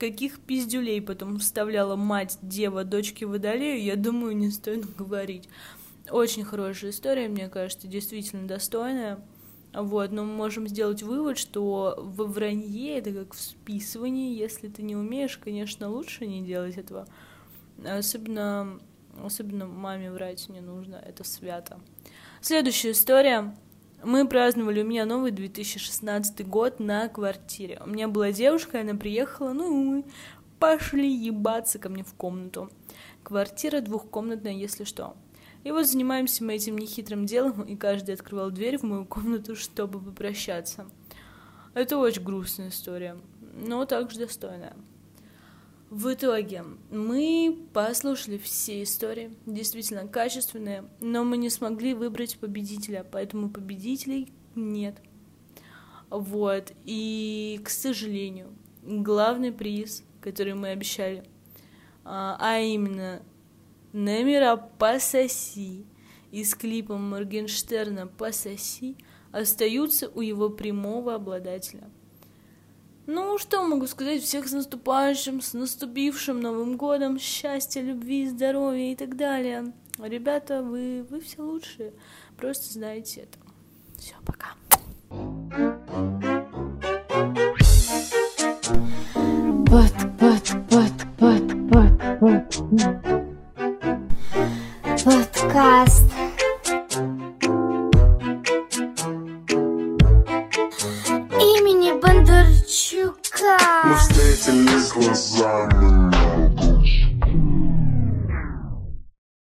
каких пиздюлей потом вставляла мать, дева, дочки Водолею, я думаю, не стоит говорить. Очень хорошая история, мне кажется, действительно достойная. Вот, но мы можем сделать вывод, что во вранье это как в списывании. Если ты не умеешь, конечно, лучше не делать этого. Особенно, особенно маме врать не нужно, это свято. Следующая история. Мы праздновали у меня новый две тысячи шестнадцатый год на квартире. У меня была девушка, она приехала, ну и мы пошли ебаться ко мне в комнату. Квартира двухкомнатная, если что. И вот занимаемся мы этим нехитрым делом, и каждый открывал дверь в мою комнату, чтобы попрощаться. Это очень грустная история, но также достойная. В итоге мы послушали все истории, действительно качественные, но мы не смогли выбрать победителя, поэтому победителей нет. Вот, и, к сожалению, главный приз, который мы обещали, а именно номера «Пососи» и с клипом Моргенштерна «Пососи» остаются у его прямого обладателя. Ну, что могу сказать? Всех с наступающим, с наступившим Новым годом, счастья, любви, здоровья и так далее. Ребята, вы, вы все лучшие, просто знаете это. Все, пока. Вот, вот, вот, вот, вот, вот. Подкаст. Имени Бондарчука. Мы встретились глазами.